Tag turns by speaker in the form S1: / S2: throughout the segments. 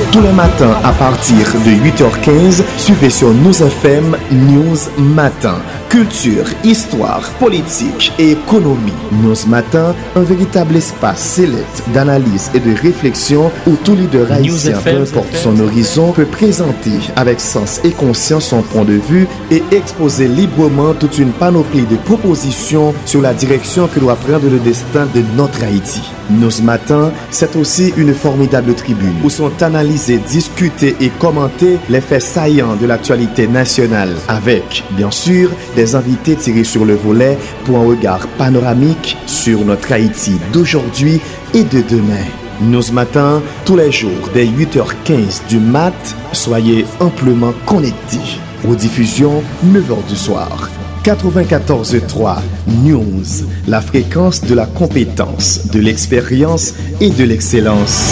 S1: Tous les matins à partir de 8h15, suivez sur News FM News Matin. Culture, histoire, politique et économie. News Matin, un véritable espace sélect d'analyse et de réflexion où tout leader haïtien, peu importe son horizon, peut présenter avec sens et conscience son point de vue et exposer librement toute une panoplie de propositions sur la direction que doit prendre le destin de notre Haïti. News Matin, c'est aussi une formidable tribune où sont analysés, discutés et commentés les faits saillants de l'actualité nationale avec, bien sûr, des invités tirés sur le volet pour un regard panoramique sur notre Haïti d'aujourd'hui et de demain. News Matin, tous les jours dès 8h15 du mat, soyez amplement connectés. Rediffusion 9h du soir. 94.3 News, la fréquence de la compétence, de l'expérience et de l'excellence.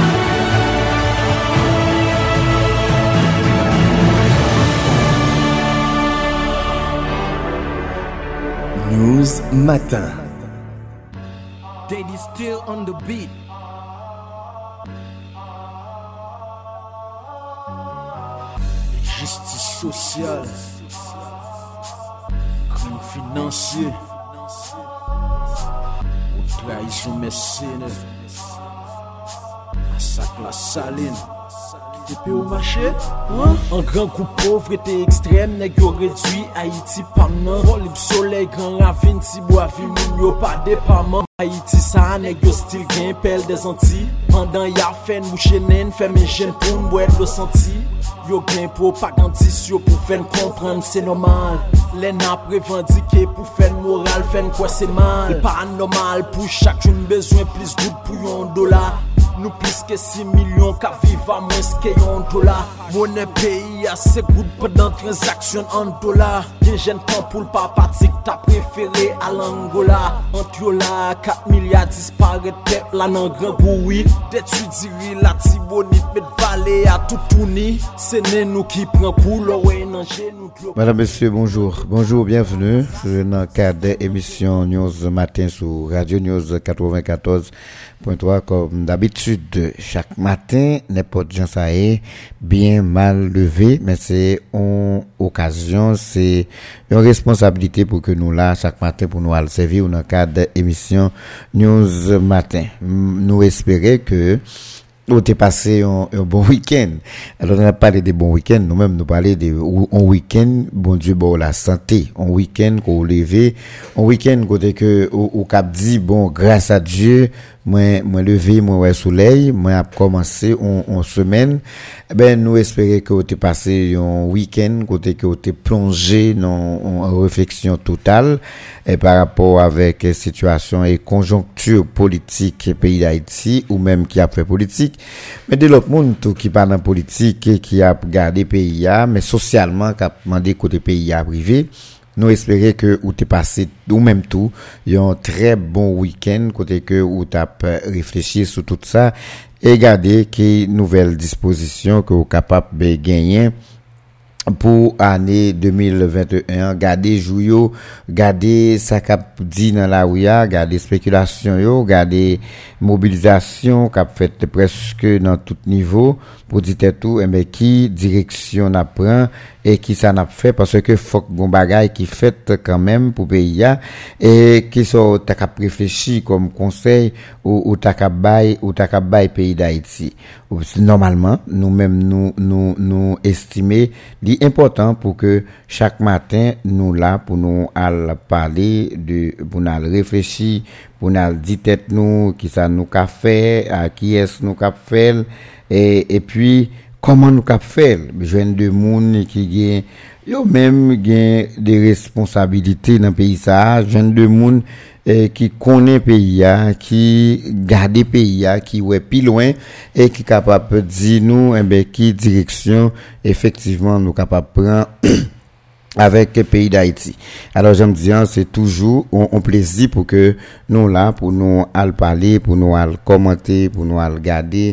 S1: News Matin.
S2: Daddy still on the beat. Justice sociale, crime financier, ou trahison mercenaire, massacre la saline. T'es au marché, hein? Un grand coup pauvreté extrême, nèg yo réduit Haïti pas nan. Vol soleil, grand ravine, si bois ville, moun yo pas dépendant. Haïti ça, nèg yo style gain, pelle des Antilles. Pendant y'a fait mouche nen, fait mes jeunes pour m'boire le senti. Yo gain propagandiste yo pour faire comprendre c'est normal. Les n'a revendiqué pour faire moral, faire quoi c'est mal. Pas normal pour chacune besoin plus good pour $1. Nous plus que 6 millions qu'à vivre à moins que $1. Monnaie pays assez good pendant transaction en dollars. Des jeunes temps pour le papatique t'as préféré à l'Angola. Entre là 4 milliards disparaît peuple là dans grand bruit. D'étudier la Tibonite met valer à tout tourner. C'est nous qui prend couleur et non genou.
S3: Madame, Monsieur, bonjour. Bonjour, bienvenue dans le cadre de l'émission News Matin sur Radio News 94.3. Comme d'habitude, chaque matin, n'importe gens ça est bien mal levé, mais c'est une occasion, c'est une responsabilité pour que nous là, chaque matin, pour nous aller servir dans le cadre de l'émission News Matin. Nous espérons que nous t'es passé un bon week-end. Alors, on a parlé de bons week-ends. Nous-mêmes, nous parlons de un week-end, bon Dieu, bon, la santé. Un week-end qu'on levé. Un week-end côté que, au cap dit, bon, grâce à Dieu, moi levé, moi, ouais, soleil, moi, a commencé en semaine. Ben, nous espérons que t'es passé un week-end, côté que t'es plongé dans une réflexion totale, et par rapport avec la situation et conjoncture politique pays d'Haïti, ou même qui a fait politique. Mais de l'autre monde tout qui parle en politique et qui a gardé pays mais socialement qui a demandé côté pays privé, nous espérons que ou t'es passé ou même tout un très bon week-end côté que ou t'as réfléchi sur tout ça et regarder quelles nouvelles dispositions que vous capable de gagner pour année 2021, garder jouyo, garder ça cap dit dans la ouya, garder spéculation yo, garder mobilisation cap fait presque dans tout niveau pour dire tout et mais qui direction n'a prend et qui ça n'a fait parce que faut gon bagay qui fait quand même pour pays et qui sont ta cap réfléchi comme conseil ou ta cap bail pays d'Haïti. Normalement nous-mêmes nous estimer important pour que chaque matin nous là pour nous al parler de pour nous réfléchir pour nous dire tête nous qui ça nous qu'a fait à qui est nous qu'a fait et puis comment nous qu'a fait jeune de monde qui gagne yo même gagne des responsabilités dans pays ça jeune de monde qui connaît pays qui garde pays qui ouais plus loin et qui capable dire nous qui direction effectivement nous capable prendre avec le pays d'Haïti. Alors j'aime dire c'est toujours un plaisir pour que nous là pour nous al parler pour nous al commenter pour nous al regarder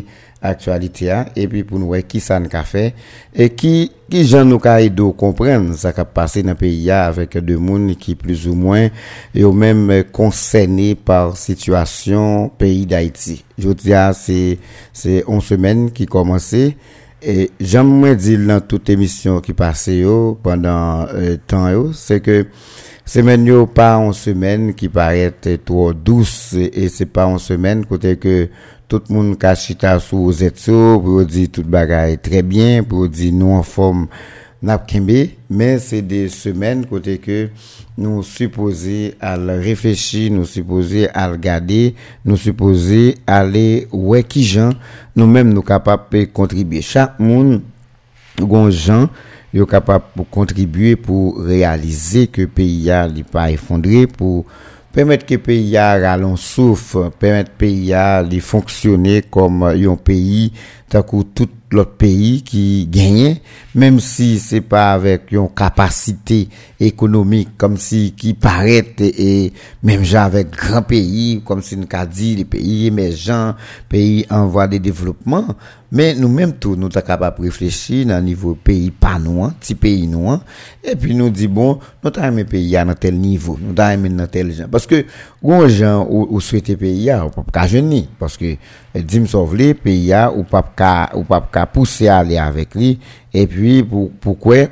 S3: actualité et puis pour nous voir qui ça nous a fait et qui gens nous a aidé comprendre ça qui a passé dans le pays avec deux monde qui plus ou moins et au même concernés par situation pays d'Haïti. Je dis c'est 11 semaines qui commençait et j'aimerais dire dans toute émission qui passait pendant temps c'est que semaine yo pas en semaine qui paraît trop douce et c'est pas en semaine côté que tout le monde cachita sous zetso pour dire toute bagaille très bien pour dire nous en forme n'a kembe mais c'est des semaines côté que nous supposés à réfléchir nous supposés à regarder nous supposés aller ouais qui gens nous même nous capable contribuer chaque monde gon gens yo capable pour contribuer pour réaliser que pays a li pas effondré pour permettre que pays a ralon souffle permettre pays a li fonctionner comme un pays tant que tout l'autre pays qui gagne même si c'est pas avec une capacité économique comme si qui paraît et même genre avec grand pays comme si nous qu'a dit les pays émergents pays en voie de développement mais nous même tout nous sommes capables de réfléchir dans niveau pays pas nous petit pays nous et puis nous dit bon nous avons pays à tel niveau nous avons dans tel genre parce que gros gens ou souhaiter pays à pas jeune parce que dim sauver pays à ou pas pousser à aller avec lui et puis pourquoi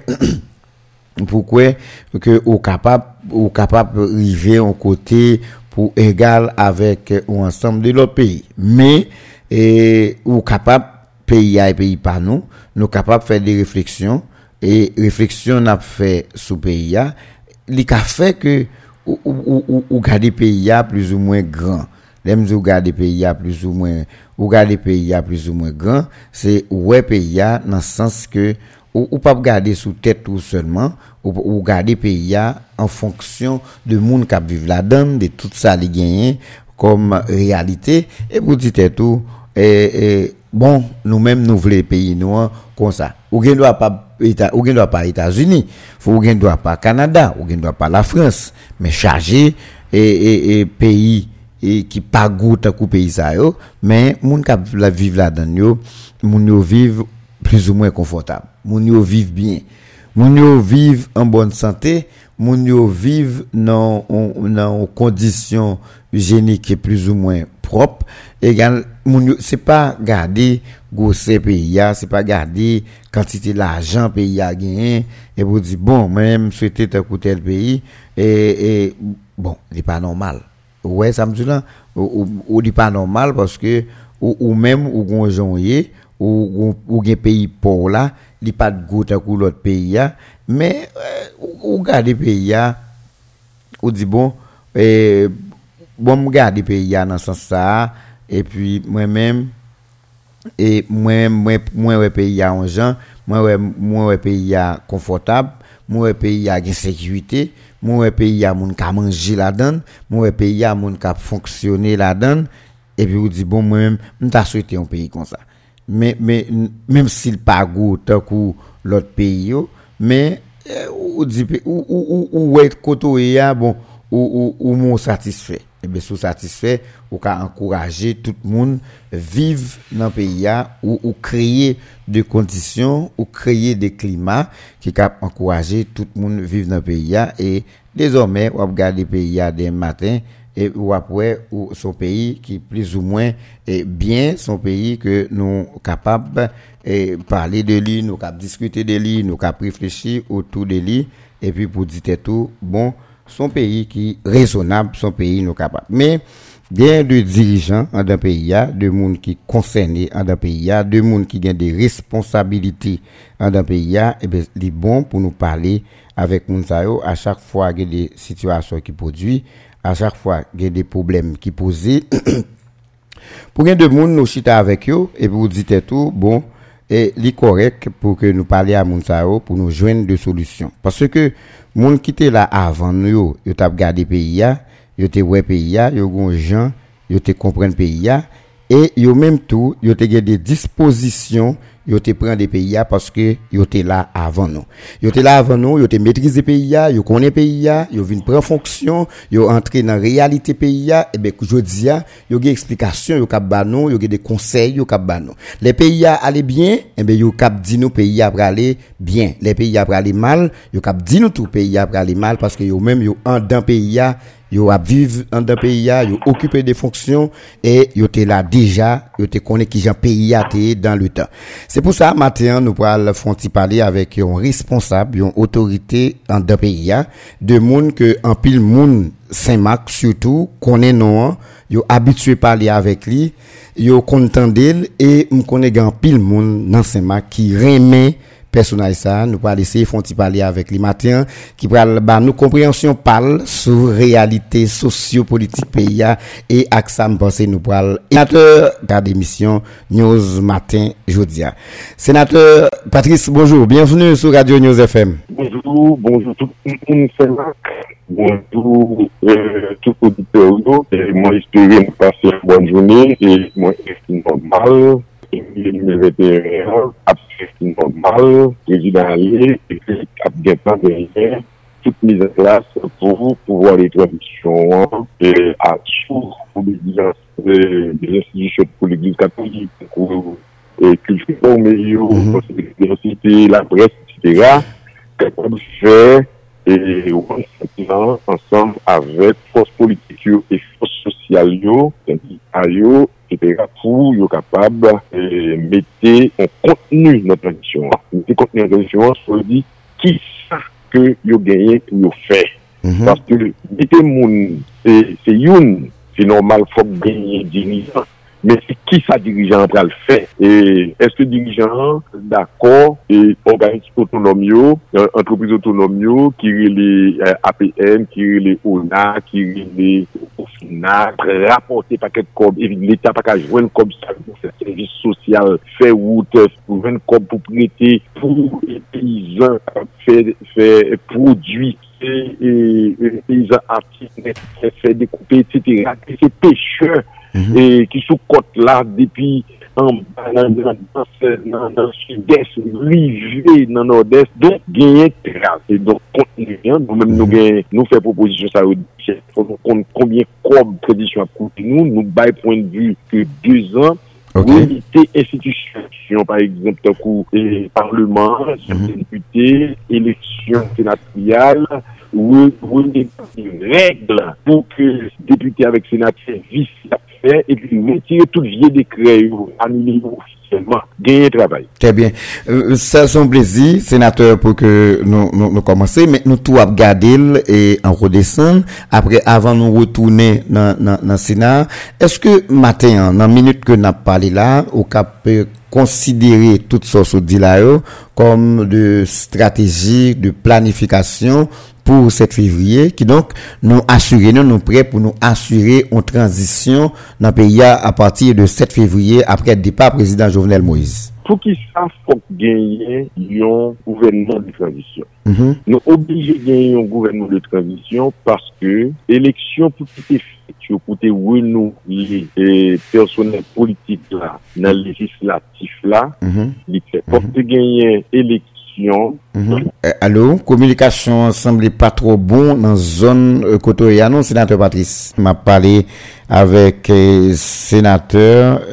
S3: que au capable arriver en côté pour égal avec ou ensemble de l'autre pays mais ou capable pays pas nous capable faire des réflexions et réflexion n'a fait sous pays a li ka fait que ou garder pays a plus ou moins grand l'aime ou garder pays a plus ou moins ou garder pays a plus ou moins grand c'est ouais pays a dans le sens que ou pas garder sous tête tout seulement ou garder pays a en fonction de monde qui vivent là-dedans de tout ça li gagner comme réalité et pour dire tout et bon nous-mêmes nous voulons pays nous comme ça ou gen doit pas États-Unis ou gen doit pas Canada ou gen doit pas la France mais charger et pays et qui pas goût à couper ça yo mais moun ka la vivre là-dedans yo moun yo vivre plus ou moins confortable moun yo vivre bien moun yo vivre en bonne santé moun yo vivre dans conditions hygiéniques plus ou moins propres égal c'est pas garder gosser pays c'est pas garder quantité l'argent pays a gagné et vous dire bon même souhaiter t'écouter le pays et bon c'est pas normal ouais ça me dit là ou dit pas normal parce que ou même ou gon jonye ou gen pays pauvre là il pas de goût à l'autre pays mais ou garder pays ou dit bon bon garder pays dans ce sens ça et puis moi-même et moi pays en gens moi pays confortable moi pays a une sécurité moi pays a moun ka manger là-dedans moi pays a moun ka fonctionner là-dedans et puis vous dit bon moi-même m'ta souhaité un pays comme ça mais même s'il pas goût tant que l'autre pays mais ou dit ou être côté bon ou mon satisfait et bien sous satisfait ou ka encourager tout le monde vivre dans pays ou créer des conditions ou créer des climats qui cap encourager tout le monde vivre dans pays et désormais on regarder pays dès matin et ou après ou son pays qui plus ou moins est bien son pays que nous capable et parler de lui nous cap discuter de lui nous cap réfléchir autour de lui et puis pour dire tout bon son pays qui raisonnable son pays nous capable mais bien de dirigeants dans un pays de monde qui concernés dans un pays de monde qui ont des responsabilités dans un pays et ben c'est bon pour nous parler avec moun sa yo à chaque fois qu'il y a des situations qui produit à chaque fois qu'il y a des problèmes qui posent pour gain de monde nous chita avec eux et vous dites tout bon et li correct pour que nous parler à moun sa yo pour nous joindre des solutions parce que moun qui était là avant nous yo t'a regarder pays yo te ouais pays yo gon gens yo te comprendre pays et yo même tout yo te gen des dispositions yo te prend des pays parce que yo te là avant nous. Yo te là avant nous, yo te maîtriser pays yo connaît pays yo vinn prendre fonction, yo entrer dans réalité pays et ben jodi yo gen explication yo k'ap ba nous, yo gen des conseils yo k'ap ba nous. Les pays aller bien, et ben yo k'ap di nous pays pour aller bien. Les pays pour aller mal, yo k'ap di nous tout pays pour aller mal parce que yo même yo en dans pays yo a vivre en d'un pays yo occupé des fonctions et yo te là déjà yo te connaît qui Jean pays te dans le temps. C'est pour ça matin nous pourrons fonti parler avec un responsable, une autorité en d'un pays de monde que en pile monde Saint-Marc surtout connaît non yo habitué parler avec lui, yo content d'elle et me connaît grand pile monde dans Saint-Marc qui remet personnage ça nous pas laisser fonti parler avec les matins qui pral ba nous compréhension parle sur réalité socio-politique pays et accent penser nous pral sénateur d'émission News Matin jodia. Sénateur Patrice, bonjour, bienvenue sur Radio News FM.
S4: Bonjour tout le monde, bonjour tout auditeur, et moi j'espère passer une bonne journée et moi c'est normal. Et normal, président allié, et puis à derrière, toute mise en place pour pouvoir les transitions et à tout pour des institutions pour l'église catholique, pour culture, mais la presse, etc., capable de faire et ensemble avec force politique et force sociale, etc., pour être capable de mettre en contenu notre transition. Mettre contenu en transition, ça veut dire qui ça que vous gagnez pour vous faire. Parce que mettez moun, c'est une, c'est normal, il faut gagner dirigeant. Mais c'est qui ça dirigeant va le faire? Et est-ce que dirigeant d'accord et organisme autonome, entreprise autonome, qui les APM, qui les ONA, qui les OFINA, rapporter paquet de cob, et l'État pas qu'à joindre comme ça pour faire service social, faire route, pour joindre cob pour prêter, pour les paysans, faire produits, et les paysans artistes, faire découper, etc. Et ces pêcheurs, et qui sous côte là depuis en dans le sud-est, rivé dans le nord-est, donc gagner grave. Et donc nous-mêmes nous fait proposition ça faut nous compte combien comme tradition a coûté nous bail point de vue que 2 ans. Unité institution, par exemple, d'un coup, parlement, député, élection sénatoriale, ou une règle pour que député avec sénateur vice la faire et puis retirer tout vieux décret, annuler officiellement, gagner travail.
S3: Très bien. Ça c'est un plaisir, sénateur, pour que nous commencer, mais nous tout regarder et en redescendre. Après, avant nous retourner dans le Sénat, est-ce que matin, dans la minute que nous avons parlé là, au cap considérer toutes sortes de là comme de stratégie, de planification pour 7 février, qui donc nous assurer, nous prêts pour nous assurer une transition dans le pays à partir de 7 février après le départ président Jovenel Moïse.
S4: Pour qu'il faut gagner un gouvernement de transition. Nous obligés de gagner un gouvernement de transition parce que l'élection pour qu'il faite, pour te renouveler les personnels politiques là, dans le législatif là, il fait pour te gagner élection.
S3: Allô, communication semble pas trop bon dans zone côté non sénateur Patrice. M'a parlé avec sénateur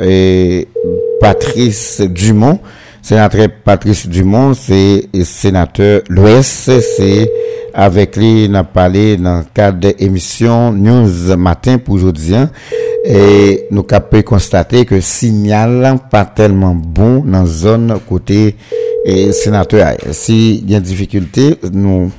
S3: Patrice Dumont. Sénateur Patrice Dumont, c'est sénateur l'Ouest, c'est avec lui n'a parlé dans le cadre de l'émission News Matin pour aujourd'hui et nous pouvons constater que signal pas tellement bon dans zone côté sénateur. Si il y a difficulté, nous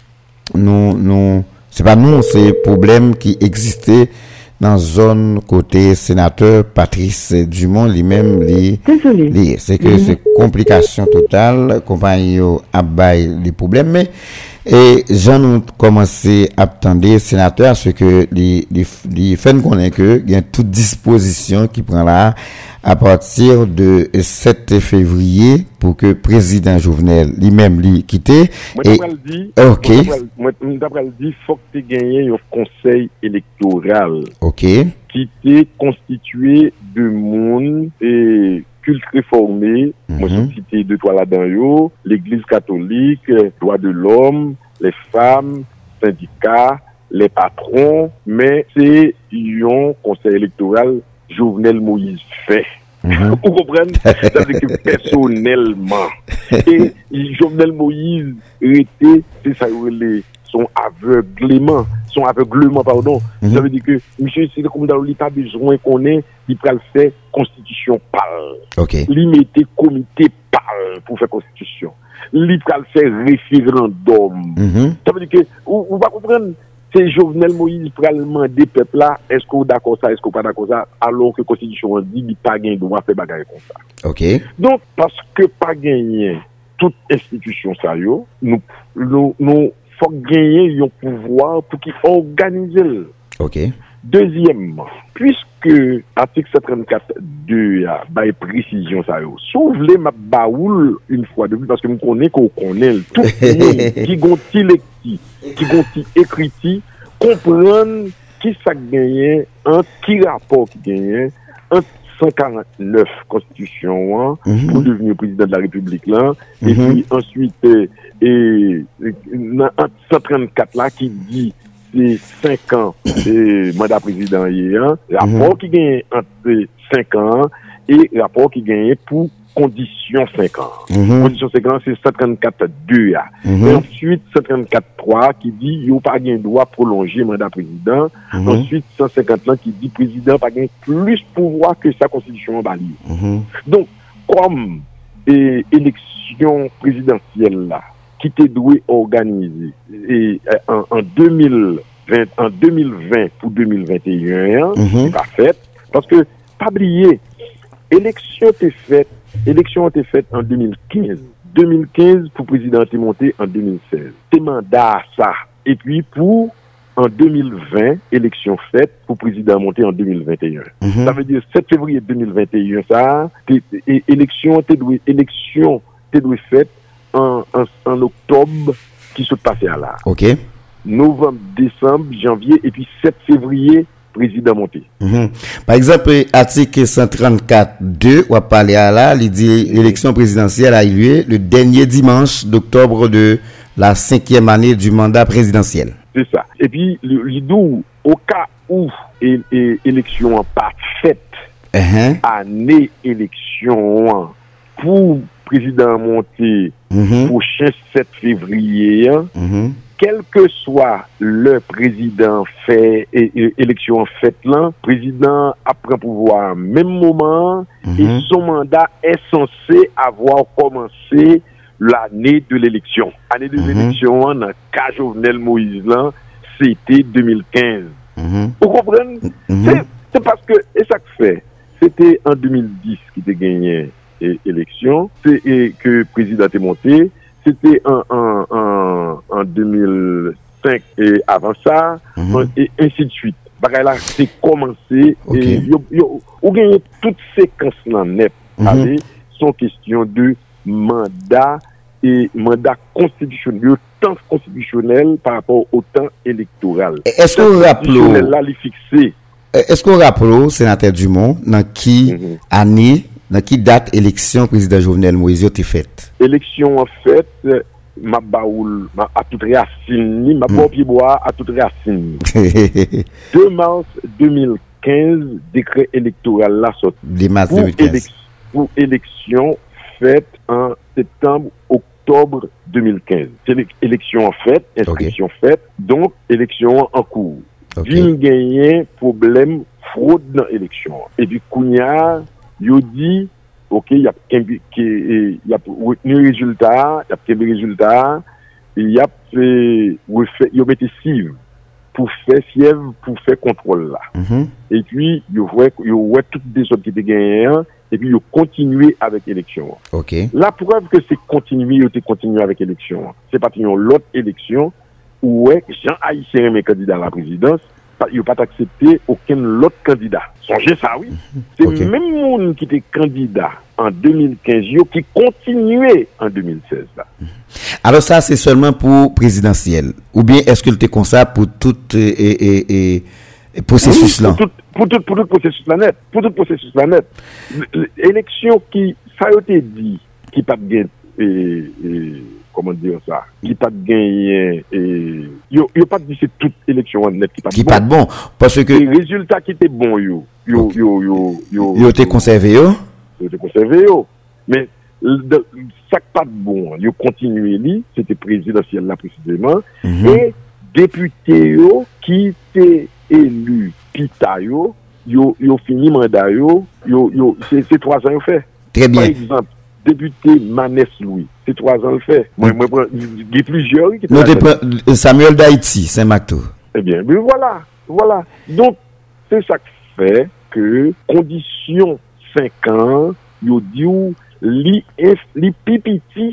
S3: c'est pas nous, c'est problème qui existait dans zone côté sénateur Patrice Dumont lui-même c'est que c'est complication totale compagnie a bail les problèmes mais et j'en nous commencé à attendre sénateur ce que les fait connaître que il y a toute disposition qui prend là à partir de 7 février pour que président Jovenel lui-même quitter et
S4: moi d'après dit faut que tu gagnes un conseil électoral
S3: qui
S4: cité constituée de monde et culte réformé, moi j'ai cité deux trois là-dedans, l'église catholique, droits de l'homme, les femmes, syndicats, les patrons, mais c'est un conseil électoral Jovenel Moïse fait. Vous comprenez? Ça veut dire que personnellement. Et Jovenel Moïse était, c'est ça, son aveuglement, pardon. Ça veut dire que monsieur, c'est comme dans l'État besoin qu'on ait, il peut le faire constitution parle. Il mettait comité parle pour faire constitution. Il peut le faire référendum. Ça veut dire que, vous va comprendre, c'est Jovenel Moïse pour demander peuple là, est-ce qu'on est d'accord ça, est-ce qu'on pas d'accord ça, alors que la constitution dit qu'il pas gagné droit faire bagarre comme ça. Donc, parce que pas gagné toute institution ça yo, nous faut gagner un pouvoir pour qu'il organise. Deuxièmement, puisque l'article 134.2 a une précision ça yo, s'ouvre ma baoul une fois de plus parce que nous connaissons qu'on connaît tout le monde qui gonti lecti, qui gonti écriti, comprendre qui ça gagne, un qui rapport qui gagne, un 149 constitution pour devenir président de la République là, et puis ensuite et 134 là qui dit c'est 5 ans de mandat président hier, rapport qui gagne entre 5 ans et rapport qui gagne pour condition 5 ans. Condition 5 ans, c'est 134.2. Et ensuite, 134.3 qui dit il n'y a pas de droit prolonger mandat président. Ensuite, 150 ans qui dit président pas gain plus pouvoir que sa constitution valide. Donc, comme élection présidentielle là, qui était doué organiser et en 2020 pour 2021, c'est pas fait parce que pas oublier élection était faite en 2015 pour président est monté en 2016 c'est mandat ça et puis pour en 2020 élection faite pour président monté en 2021 ça veut dire 7 février 2021 ça élection était doué faite en octobre qui se passait là. Novembre, décembre, janvier et puis 7 février président monté.
S3: Par exemple, article 134.2 on va parler là, il dit l'élection présidentielle a eu lieu le dernier dimanche d'octobre de la 5e année du mandat présidentiel.
S4: C'est ça. Et puis il dit au cas où élection pas faite, année élection pour président monté prochain 7 février, quel que soit le président fait et élection faite là, président après pouvoir même moment et son mandat est censé avoir commencé l'année de l'élection. Année de l'élection dans cas Jovenel Moïse là, c'était 2015. Vous comprenez? C'est parce que et ça que fait, c'était en 2010 qui était gagné élection, et que le président est monté, c'était en 2005 et avant ça, et ainsi de suite. Là, c'est commencé, et on gagne toutes ces séquences là net, sont question de mandat et mandat constitutionnel, temps constitutionnel par rapport au temps électoral.
S3: Est-ce qu'on rappelle
S4: là, fixé?
S3: Est-ce qu'on rappelle, sénateur Dumont, dans qui année, dans qui date élection président Jovenel Moïse a été faite?
S4: Élection en fait, ma baoul, à toute racine, ma papier bois à toute racine. 2 mars 2015, décret électoral là sorti.
S3: 2 mars 2015.
S4: Pour élection faite en septembre-octobre 2015. C'est élection en fait, inscription faite, donc élection en cours. Vin gagné problème fraude dans l'élection. Et puis Kounia, yo dit il y a retenu résultat, il y a fait il mettait cive pour faire fièvre pour faire contrôle là. Et puis yo voit toutes des autres qui étaient gagnés et puis yo continuer avec l'élection. La preuve que c'est continuer avec l'élection. C'est pas une l'autre élection où Jean Haïtien mes candidats à la présidence, il n'a pas accepté aucun autre candidat. Songez ça, oui. C'est le même monde qui était candidat en 2015 qui continuait en 2016. Là.
S3: Alors ça, c'est seulement pour présidentiel? Ou bien est-ce que le était comme ça pour tout processus là?
S4: pour tout processus planète. Pour tout processus planète. L'élection qui, ça a été dit, qui pas de comment dire ça, qui pas de gagner, yo pas dit c'est toute élection net qui pas de bon.
S3: Parce que
S4: les résultats qui étaient bons, yo
S3: étaient conservés,
S4: mais ça pas de bon, yo continué c'était présidentiel là précisément, et députés yo qui étaient élus pita yo fini mandat yo c'est 3 ans yo fait.
S3: Très bien.
S4: Par exemple, député Manès Louis, c'est 3 ans le fait. Moi il y a plusieurs qui
S3: étaient Samuel d'Haïti, Saint-Macto.
S4: Eh bien, mais voilà. Donc c'est ça qui fait que condition 5 ans, yo dit li pipiti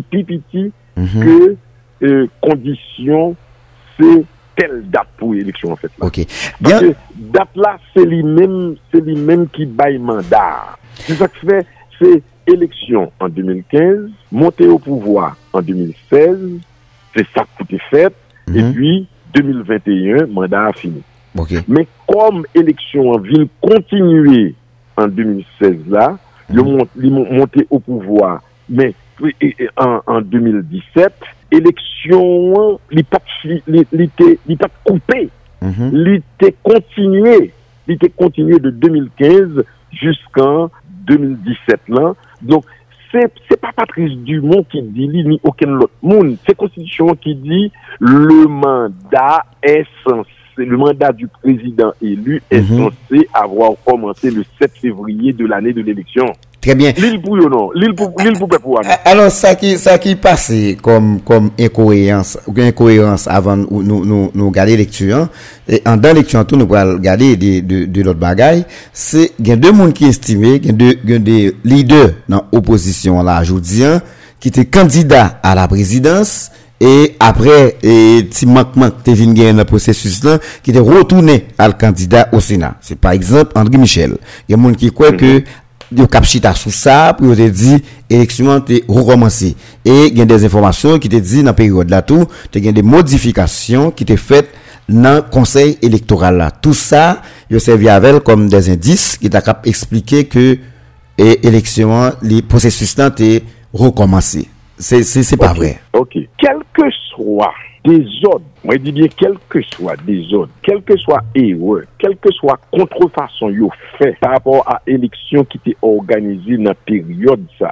S4: que condition c'est telle date pour l'élection en fait là.
S3: OK.
S4: Parce que date là c'est lui même qui baille mandat. C'est ça qui fait c'est élection en 2015, monter au pouvoir en 2016, c'est ça qui est fait et puis 2021 mandat a fini.
S3: OK.
S4: Mais comme élection en ville continuer en 2016 là, ils monté au pouvoir mais en 2017 élection li pas coupé, li était continué de 2015 jusqu'en 2017 là. Donc c'est pas Patrice Dumont qui dit ni aucun autre monde, c'est constitution qui dit le mandat du président élu est censé avoir commencé le 7 février de l'année de l'élection.
S3: Très bien.
S4: L'île pour
S3: alors ça qui passe comme incohérence avant nous garder lecture et en dans lecture tout nous va regarder de l'autre bagaille, c'est il y a deux monde qui estimé il y a des leaders dans opposition là aujourd'hui qui étaient candidats à la présidence et après petit manquement te vinn gagner dans processus là qui était retourné à le candidat au Sénat. C'est par exemple André Michel. Il y a monde qui croit que yo capchita sous ça pour te dire élection te recommencer et il y a des informations qui te dit dans période là tout te gagne des modifications qui te faites dans conseil électoral là tout ça yo servi avec comme des indices qui t'a cap expliquer que élection les processus là te recommencer c'est pas vrai.
S4: OK, quel que soit des ordres, moi je dis bien quel que soit des ordres, quel que soit erreur, quel que soit contrefaçon yo fait par rapport à élection qui était organisée dans période ça.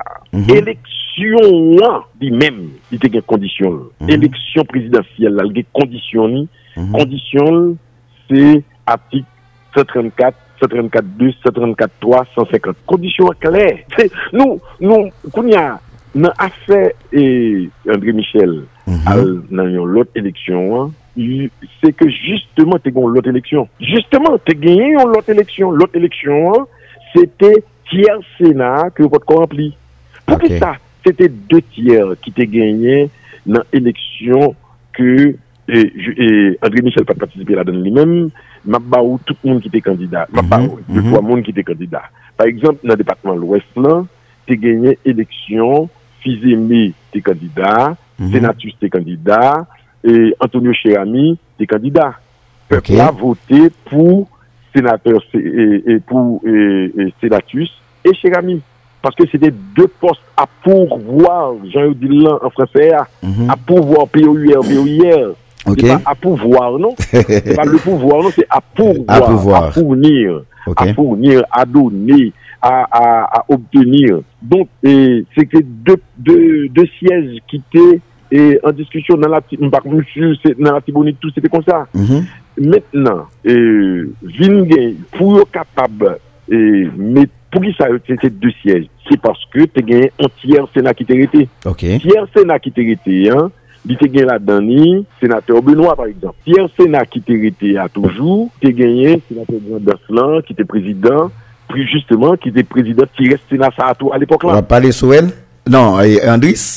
S4: Élection lui-même, il était une condition. Élection présidentielle là, il y a condition condition c'est article 134 134.2, 134.3, 150. Condition claire. Nous qu'on y a dans affaire André Michel dans l'autre élection, c'est que justement tu gagné l'autre élection. Justement tu gagné l'autre élection. L'autre élection c'était tiers Sénat que votre corps rempli. Pour que ça, c'était 2 tiers qui t'ai gagné dans l'élection que André Michel pas participé là-dedans lui-même. Mabaou tout le monde qui était candidat. Mabaou 2-3 monde qui était candidat. Par exemple dans le département de l'Ouest là, tu gagné élection Fizemé t'es candidat, Sénatus t'es candidat, et Antonio Cherami t'es candidat. Peuple a voté pour sénateur et pour Sénatus et Cherami. Parce que c'était 2 postes à pourvoir, Jean-Yves Dillan en français, à pourvoir, POUR. C'est pas à pouvoir, non? C'est pas le pouvoir, non? C'est à pourvoir, à fournir, à donner, à obtenir. Donc, c'est que deux sièges qui étaient en discussion dans la Tibonite, tout c'était comme ça. Maintenant, Vingay, pour être capable, mais pour qui ça c'était 2 sièges? C'est parce que tu as gagné un tiers Sénat qui t'est resté. Tiers Sénat qui t'est resté, il t'est gagné là-dedans, sénateur Benoît par exemple. Tiers Sénat qui t'est resté à toujours, t'es gagné sénateur Grandaslan qui était président. Plus justement, qui était président qui reste Sénat à l'époque là.
S3: On va parler sur elle? Non, Andris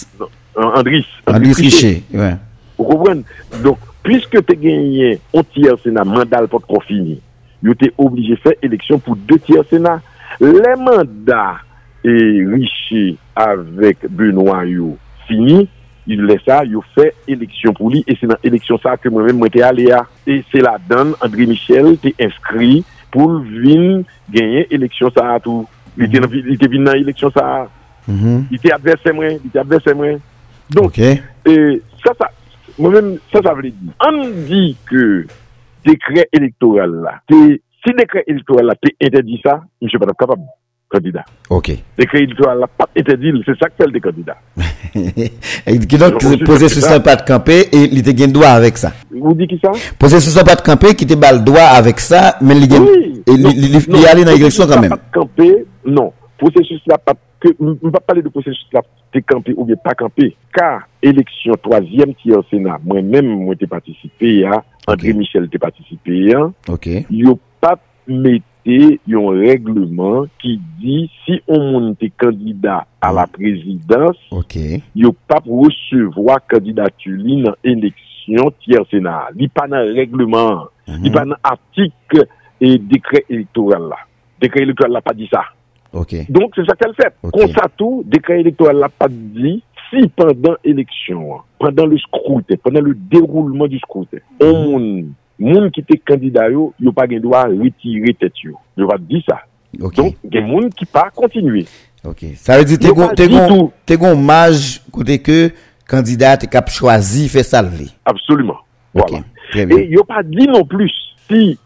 S3: Richer. Ouais.
S4: Vous comprenez? Donc, puisque tu as gagné un tiers Sénat, mandat pour te fini, tu es obligé de faire élection pour 2 tiers Sénat. Les mandats Richer avec Benoît fini, il laisse ça, il fait élection pour lui, et c'est dans l'élection ça que moi-même j'étais allé à. Et c'est là-dedans, André Michel t'es inscrit pour venir gagner élection ça tout. Il était venu dans l'élection ça. Il était adversaire moi. Donc, ça, moi-même, ça veut dire. On dit que décret électoral là, si décret électoral là, t'es interdit ça, je ne suis pas capable candidat.
S3: Ok.
S4: Décret électoral là, pas interdit, c'est ça que fait le candidat.
S3: Et qui donc poser sur ça pas de camper et il te gagne droit avec ça.
S4: Vous dites qui ça?
S3: Poser sur ça pas de camper qui te balle droit avec ça, mais il gagne il aller dans l'élection quand même.
S4: Pas de camper, non. Processus là pas que on va parler de processus là t'es campé ou bien pas campé car élection 3e tiers Sénat moi-même moi t'ai participé à André Michel t'ai participé à yo pas mettez un règlement qui dit si on monte candidat à la présidence yo pas recevoir candidature dans élection tiers Sénat li pas dans règlement li pas dans article et décret électoral là pas dit ça. Donc c'est ça qu'elle fait. Comme ça tout, décret électoral n'a pas dit si pendant l'élection, pendant le scrutin, pendant le déroulement du scrutin, monde qui était candidat yo pas gain droit retirer tête yo. Je va dire ça. Donc il y a monde qui pas continuer.
S3: Ça veut dire t'es gon mage côté que candidat t'es cap choisi fait salver.
S4: Absolument. Voilà. Et yo pas dit non plus si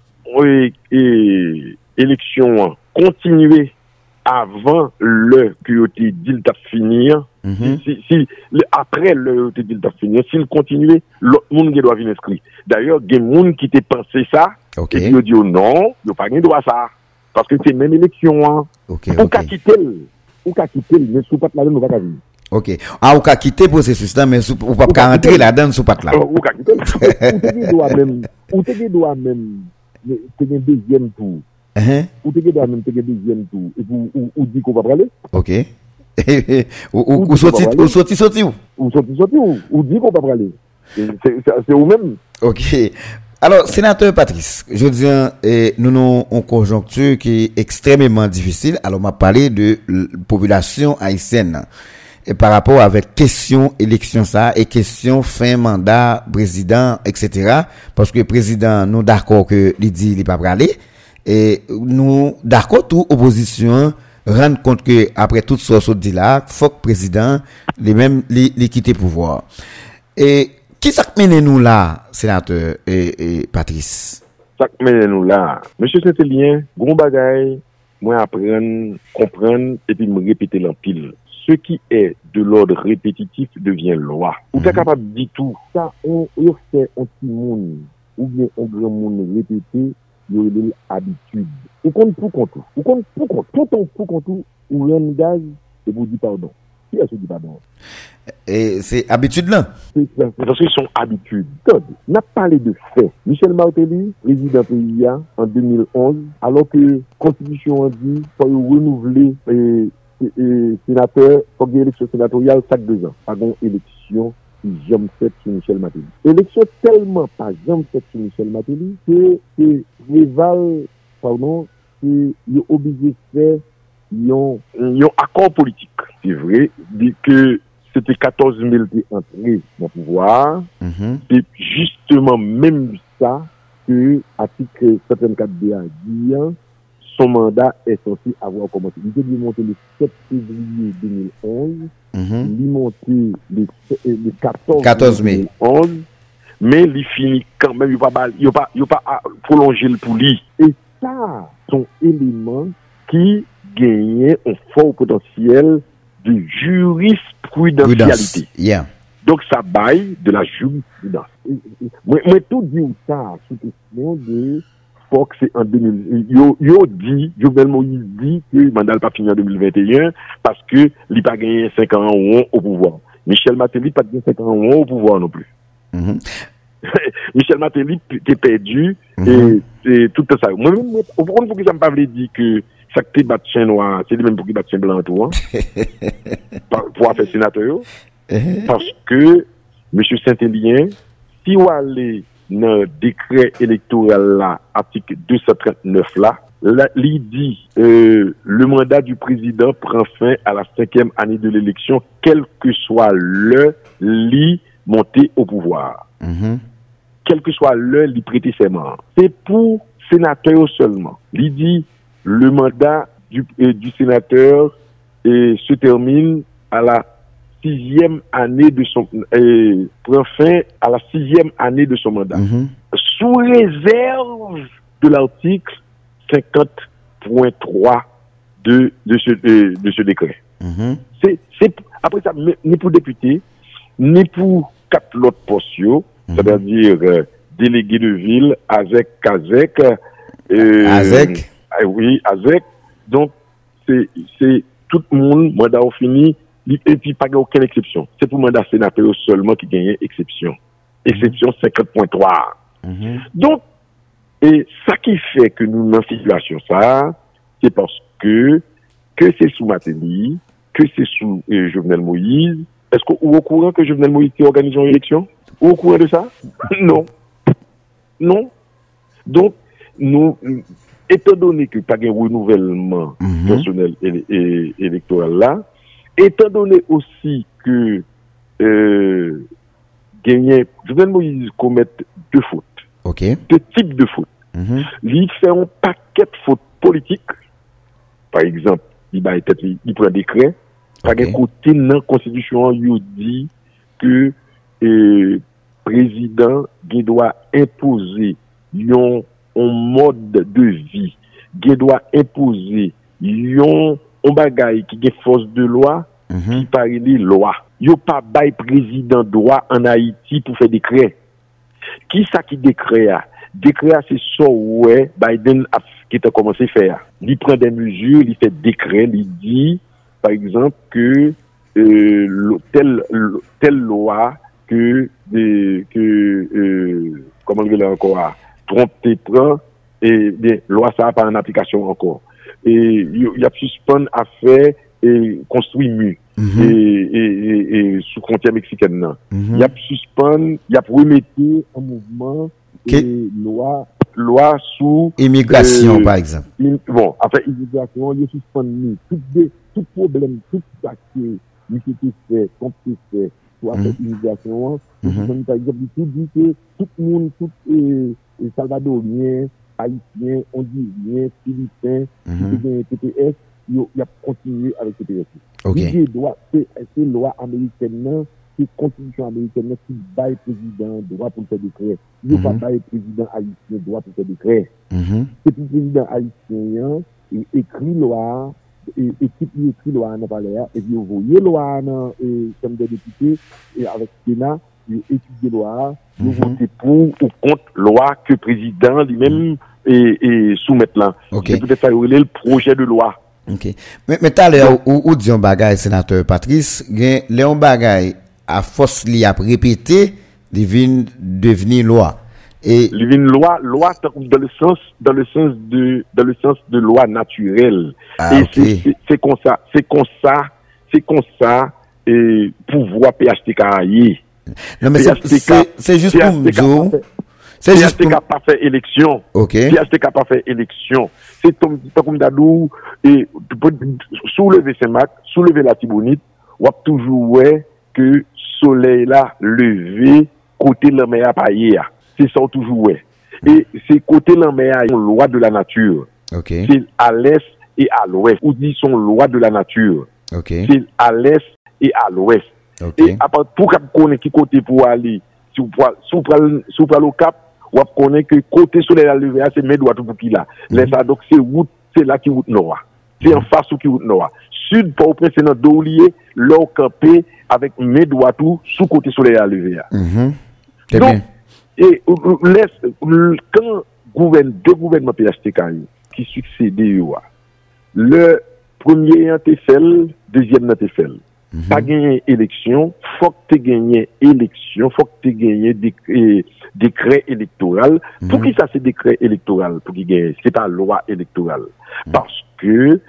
S4: élection continuer avant le que tu dit le finir si après le tu dit le finir s'il continue l'autre monde qui doit venir inscrire d'ailleurs des monde qui t'ai pensé ça et puis dit non il pas gain droit ça parce que c'est même élection ou qu'a quitter mais sous pas là-dedans nous pas venir
S3: ou qu'a quitter processus là mais ou pas rentrer là-dedans sous pas là
S4: ou qu'a quitter ou te doit même c'est un deuxième tour. Ou te doit même te deuxième tour et ou dit qu'on va parler.
S3: Ou sorti
S4: ou dit qu'on va parler. C'est ou même.
S3: Alors sénateur Patrice, je dis nous avons une conjoncture qui est extrêmement difficile. Alors m'a parlé de population haïtienne. Et par rapport avec question élection ça et question fin mandat président etc. parce que président nous d'accord que il dit il pas aller et nous d'accord tout opposition rendre compte que après toute ce dit là faut que président les mêmes les quitter pouvoir. Et qui ça mène nous là sénateur et Patrice?
S4: Ça mène nous là monsieur Saint-Élien gros bagaille moi apprendre comprendre et puis me répéter l'empile. Ce qui est de l'ordre répétitif devient loi. Ou t'es capable de dire tout ça, on fait un petit monde ou bien un grand monde répété, il y a une habitude. Ou compte pour compte. Ou compte pour compte. Tout en pour compte ou rien gaz et vous dites pardon. Qui est-ce qui dit pardon?
S3: Et c'est habitude là.
S4: C'est parce qu'ils sont habitudes. On a parlé de fait. Michel Martelly, président PIA en 2011, alors que la Constitution a dit qu'il faut renouveler sénateur, comme élection sénatoriale chaque 2 ans. Pas une élection qui jamais faite sur Michel Martelly. Élection tellement pas jamais faite sur Michel Martelly que rival, c'est obligé de faire un accord politique. C'est vrai, dit que c'était 14 000 qui entrés dans le pouvoir. C'est justement même ça que l'article 74B a dit. Son mandat est censé avoir commencé. Il est monté le 7 février 2011. Il est monté le 14 mai 2011. Mais il finit quand même. Il n'a pas prolongé le pour lui. Et ça, sont éléments qui gagnent un fort potentiel de jurisprudentialité. Donc, ça baille de la jurisprudence. Moi, tout dit ça sous question de Fox c'est en 2000. Yo dit, Jovenel Moïse dit que le mandat n'a pas fini en 2021 parce que il n'a pas gagné 5 ans au pouvoir. Michel Martelly n'a pas gagné 5 ans au pouvoir non plus. Michel Martelly est perdu et tout ça. Moi-même, au fond, pour que ça me pas dire que ça qui bat chien noir, c'est lui même pour qui bat chien blanc tout, pour faire sénateur. Parce que M. Saint-Élien, si vous allez dans le décret électoral là, article 239 là, il dit le mandat du président prend fin à la 5e année de l'élection, quel que soit le lit monté au pouvoir. Quel que soit le lit prêté serment. C'est pour sénateur seulement. Il dit le mandat du sénateur se termine à la 6e année de son prend fin à la 6e année de son mandat. Sous réserve de l'article 50.3 de ce décret. C'est après ça, ni pour député, ni pour 4 autres postes, c'est-à-dire délégué de ville, AZEC.
S3: AZEC?
S4: Oui, AZEC. Donc, c'est tout le monde, mandat fini, et puis pas aucune exception. C'est pour mandat sénateur seulement qui gagne exception. Exception 50.3. Donc, et ça qui fait que nous, dans cette situation, ça, c'est parce que c'est sous Matéli, que c'est sous Jovenel Moïse. Est-ce que vous êtes au courant que Jovenel Moïse a organisé une élection? Vous êtes au courant de ça? Non. Non. Donc, nous, étant donné que pas de renouvellement personnel et électoral là, étant donné aussi que Jovenel Moïse commet 2 fautes.
S3: Okay.
S4: 2 types de fautes. Il fait un paquet de fautes politiques. Par exemple, il prend décret. Par un côté, dans la Constitution, il dit que le président doit imposer un mode de vie, il doit imposer un bagage qui a force de loi, qui parle les lois. Il n'y a pas de président droit en Haïti pour faire décret. Qui ça qui décret? Décret, c'est ça ouais Biden a qui a commencé à faire. Il prend des mesures, il fait décret, il dit, par exemple, que telle loi comment on dit encore, trompe prend, et bien, loi ça n'a pas en application encore. Et il y a suspend à faire et construit mur. Et sous frontière mexicaine. Il y a suspend, il y a remettre en mouvement loi sous
S3: immigration par exemple.
S4: Bon, après immigration, il y a suspendu tout problème, tout ça qui était fait, comme c'est fait, soit cette immigration, par exemple, il dit que tout le monde, tout Salvadorien, Haïtien, Hondurien, Philippin, TPS, il a continué avec TPS. Okay. C'est loi américaine, c'est constitution américaine qui baille président droit pour faire décret. Il n'y a pas baille président haïtien droit pour faire décret. C'est le président haïtien écrit loi, et équipe écrit loi dans le palais, et puis vous voyez loi dans comme des députés, et avec le Sénat, il étudie loi, vous votez pour ou contre loi que le président lui-même soumettre là.
S3: Okay.
S4: C'est peut-être ça le projet de loi.
S3: OK. Mais tout à l'heure, où dit un bagage, sénateur Patrice, Léon Bagay, à force li a répété, devenir loi. Et
S4: une loi dans le sens de loi naturelle. Et okay. c'est comme ça, et pouvoir PHTK aille.
S3: Non, mais c'est juste pour me dire.
S4: C'est juste PHTK n'a pas fait élection.
S3: OK.
S4: PHTK n'a pas fait élection. C'est comme Dadou, et soulever Saint-Marc, soulever la Tibonite, ou toujours ouais que soleil là levé côté la mer paillé. C'est ça toujours ouais. Et c'est côté la mer une loi de la nature.
S3: OK.
S4: C'est à l'est et à l'ouest. Ou dit son loi de la nature.
S3: OK.
S4: C'est à l'est et à l'ouest.
S3: OK.
S4: Et après pour connaître qui côté pour aller, si vous prenez au cap, ou connaît que côté soleil à lever c'est mes droits tout pour qui là. Donc c'est route, c'est là qui route nord. C'est en face ou qui route nord. Sud pour au c'est dans Doulier, là campé avec mes droits tout sous côté soleil à lever.
S3: C'est
S4: donc
S3: bien.
S4: Et quand deux gouvernements PHTK qui succédaient, le premier est fait, deuxième est fait. Pas gagné élection, faut que tu gagnes élection, faut que tu gagnes décret électoral. Pour qui ça c'est décret électoral pour qui gagne, c'est pas loi électorale. Parce que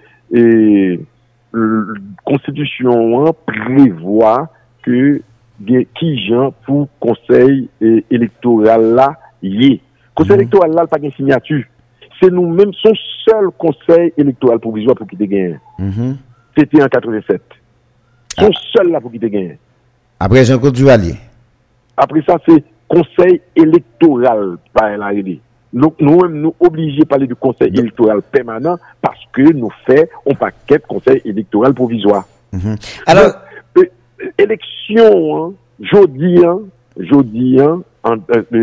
S4: constitution prévoit que qui gens pour conseil électoral là y conseil électoral là pas de signature. C'est nous-mêmes son seul conseil électoral provisoire pour qui te gagne. C'était en 87. Son seul là pour qui te gagne.
S3: Après Jean-Claude Duvalier.
S4: Après ça c'est conseil électoral par la RD. Donc, nous obligés à parler du conseil électoral permanent parce que nous faisons un paquet de conseil électoral provisoire.
S3: Alors,
S4: élection, jeudi, en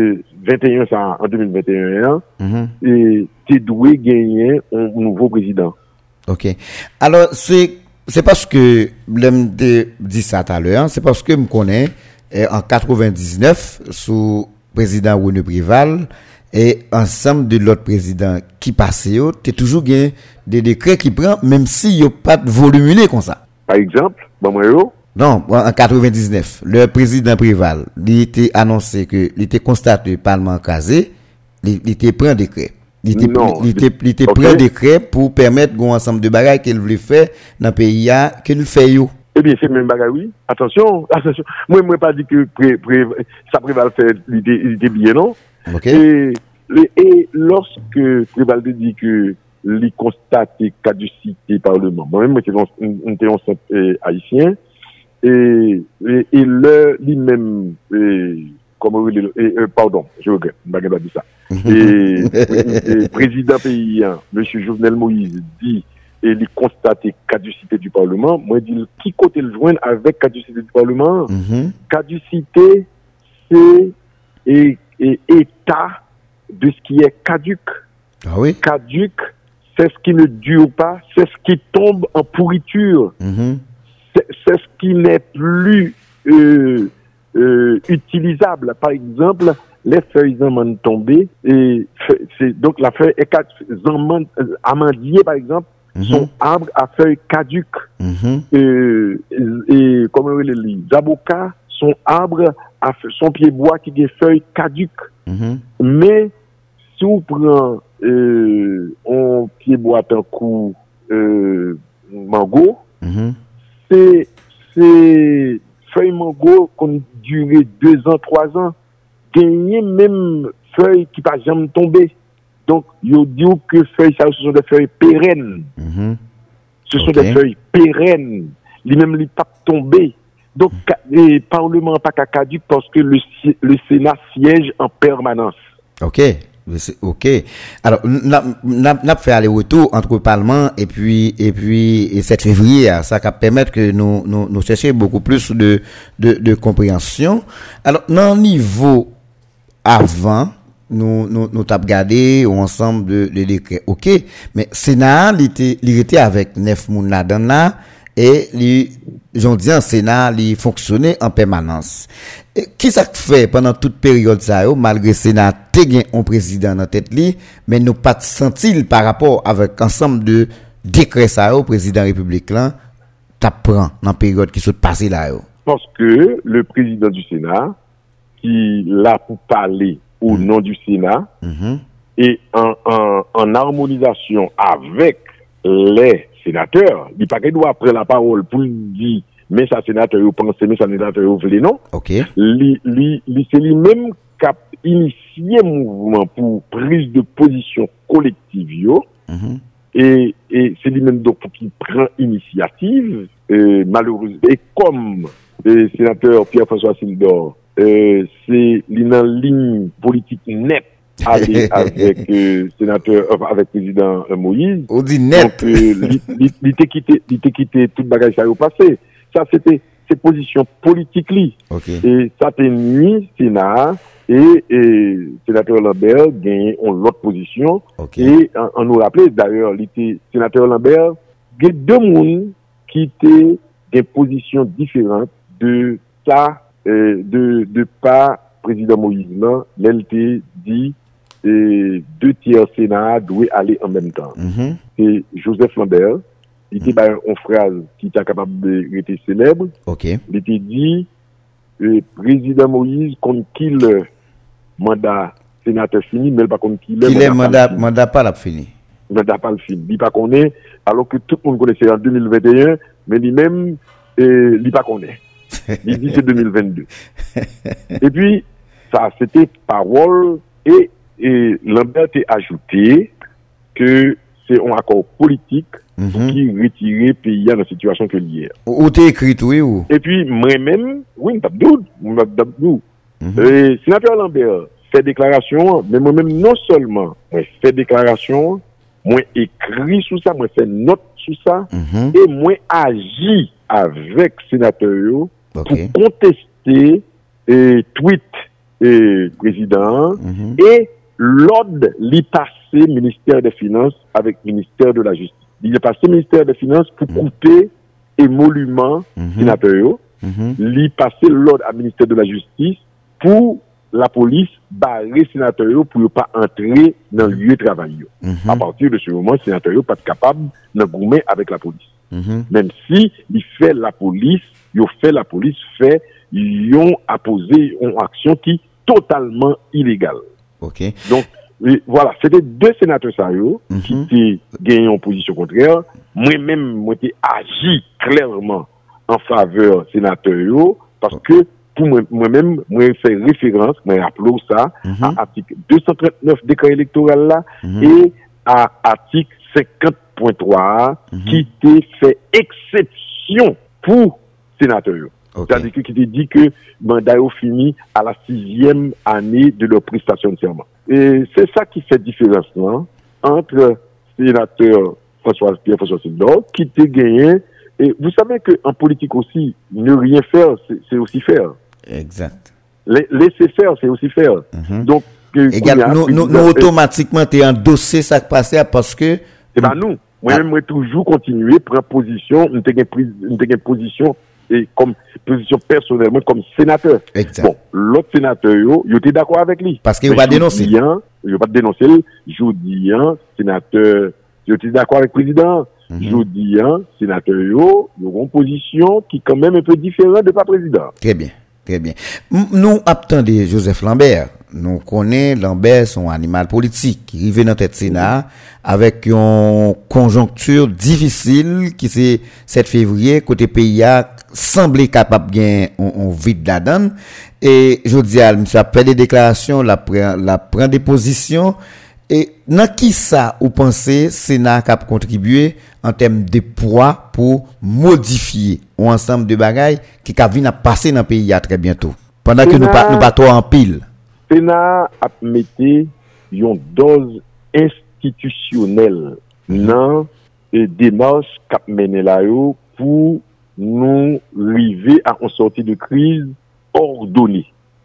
S4: 2021, et tu dois gagner un nouveau président.
S3: OK. Alors, c'est parce que, l'homme dit ça tout à l'heure, c'est parce que je me connais, en 99, sous président René Préval, et ensemble de l'autre président qui passait, tu as toujours gagné des décrets qui prennent, même s'il n'y a pas de volumineux comme ça.
S4: Par exemple,
S3: non, en 99, le président Préval, il était annoncé que, il était constaté Parlement casé, il était pris un décret. Il était pris un décret pour permettre un ensemble de bagages qu'il voulait faire dans le pays, qu'il fait yo.
S4: Eh bien, c'est même bagaille, oui. Attention. Moi, je pas dit que ça Préval fait, il était bien, non?
S3: Okay.
S4: Et lorsque Préval dit que il constate caducité Parlement, moi-même, j'étais un haïtien, et lui-même, pardon, je regrette, je ne vais pas dire ça. Et président pays, M. Jovenel Moïse, dit, et il constate caducité du Parlement. Moi, je dis, qui côté le joindre avec caducité du Parlement? Caducité, c'est état de ce qui est caduc.
S3: Ah oui?
S4: Caduc, c'est ce qui ne dure pas, c'est ce qui tombe en pourriture. C'est ce qui n'est plus utilisable. Par exemple, les feuilles amandes tombées, et donc la feuille est amandier, par exemple, sont arbres à feuilles caduques. Et comme on le dit, zaboka sont arbres à son pied bois qui des feuilles caduques. Mais si on prend un pied bois d'un coup mango, c'est feuilles mango qu'on durait 2 ans, 3 ans, gagner même feuilles qui pas jamais tomber. Donc, il dit que feuilles, ça, ce sont des feuilles pérennes. Ce sont des feuilles pérennes. Lui-même, il pas tomber. Donc, le Parlement pas caduc parce que le Sénat siège en permanence.
S3: OK. Alors, n'a fait aller-retour entre le Parlement et puis 7 février, ça va permettre que nous cherchions beaucoup plus de compréhension. Alors, dans le niveau avant, nous t'as regardé ensemble de décrets. OK, mais Sénat, il était avec 9 moun là-dedans là, et j'en dis un Sénat, il fonctionnait en permanence. Et qui ça fait pendant toute période ça, malgré Sénat, t'es gain un président dans tête li, mais nous pas senti par rapport avec ensemble de décrets ça, président République là, t'apprend dans période qui se passé là.
S4: Parce que le président du Sénat, qui l'a pour parler au nom du Sénat, et en harmonisation avec les sénateurs, il pas qu'il doit prendre la parole pour dire mais ça sénateur vous pensez mais ça sénateur vous voulez non.
S3: OK.
S4: C'est lui-même qui a initié mouvement pour prise de position collective et c'est lui-même donc qui prend initiative malheureusement et comme le sénateur Pierre-François Sildor c'est une ligne politique nette avec avec président Moïse.
S3: On dit net.
S4: Donc il était quitté toute bagage ça au passé. Ça c'était ses positions politiques li.
S3: Okay.
S4: Et ça t'est ni Sénat et sénateur Lambert gagne l'autre position.
S3: Okay.
S4: Et on nous rappelait d'ailleurs sénateur Lambert il y a 2 monde qui étaient des positions différentes de ça de pas président Moïse là, l'LT dit 2 tiers Sénat doivent aller en même temps. Et Joseph Lambert, il était une phrase qui était capable de rester célèbre.
S3: Okay.
S4: Il était dit président Moïse contre qui le mandat sénateur fini, mais pas contre qui
S3: le mandat pas la fini.
S4: Mandat pas le fini. Il pas connaît alors que tout le monde connaissait en 2021, mais lui-même il pas connaît. Il dit c'est 2022. Et puis ça c'était parole et Lambert a ajouté que c'est un accord politique qui retirait pays dans la situation que l'hier.
S3: Ou t'es écrit oui ou?
S4: Et puis moi-même, oui, m'abdou. Sénateur Lambert fait déclaration, mais moi-même, non seulement, moi fait déclaration, moi écrit sur ça, moi fait note sur ça, et moi agis avec sénateur pour contester tweet président et l'ordre l'y passé ministère des Finances avec ministère de la Justice. Il est passé ministère des Finances pour couper émolument sénateur, l'y passé l'ordre à ministère de la Justice pour la police barrer sénateur pour ne pas entrer dans le lieu de travail. À partir de ce moment, sénateur pas capable de goumer avec la police. Même si il fait la police fait ils ont apposé une action qui est totalement illégale. Donc voilà, c'était deux sénateurs sérieux qui étaient gagnés en position contraire. Moi-même, j'ai agi clairement en faveur sénateur parce que pour moi-même, moi fais référence, moi rappelle ça à article 239 décret électoral là et à article 50.3 qui te fait exception pour sénateur. C'est-à-dire qui te dit que mandat est fini à la 6e année de leur prestation de serment. Et c'est ça qui fait différence entre sénateur Pierre-François Sildor qui te gagné. Et vous savez qu'en politique aussi, ne rien faire, c'est aussi faire.
S3: Exact.
S4: Laisser faire, c'est aussi faire. Donc,
S3: nous automatiquement, tu es endossé ça qui passait parce que.
S4: Eh ben, nous, moi-même, moi, toujours continuer, prendre position, nous avons position, et comme position personnellement, comme sénateur.
S3: Exact.
S4: Bon, l'autre sénateur, il était d'accord avec lui.
S3: Parce qu'il va dénoncer.
S4: Il va pas dénoncer, je dis, sénateur, il était d'accord avec le président. Je dis, sénateur, il y a une position qui est quand même un peu différente de pas président.
S3: Très bien. Très bien. Nous attendons Joseph Lambert. Nous connaissons Lambert, son animal politique, qui arrive dans tête Sénat avec une conjoncture difficile qui c'est 7 février, côté pays a semblé capable de gagner un vide là-dedans. Et je dis à monsieur a fait des déclarations, la prend des positions. Et dans qui ça, vous pensez, Sénat a contribué en termes de poids pour modifier un ensemble de bagailles qui va passer dans le pays très bientôt? Pendant que nous pas trop en pile.
S4: Sénat a mis une dose institutionnelle dans les démarches qu'a mené là pour nous arriver à une sortie de crise ordonnée.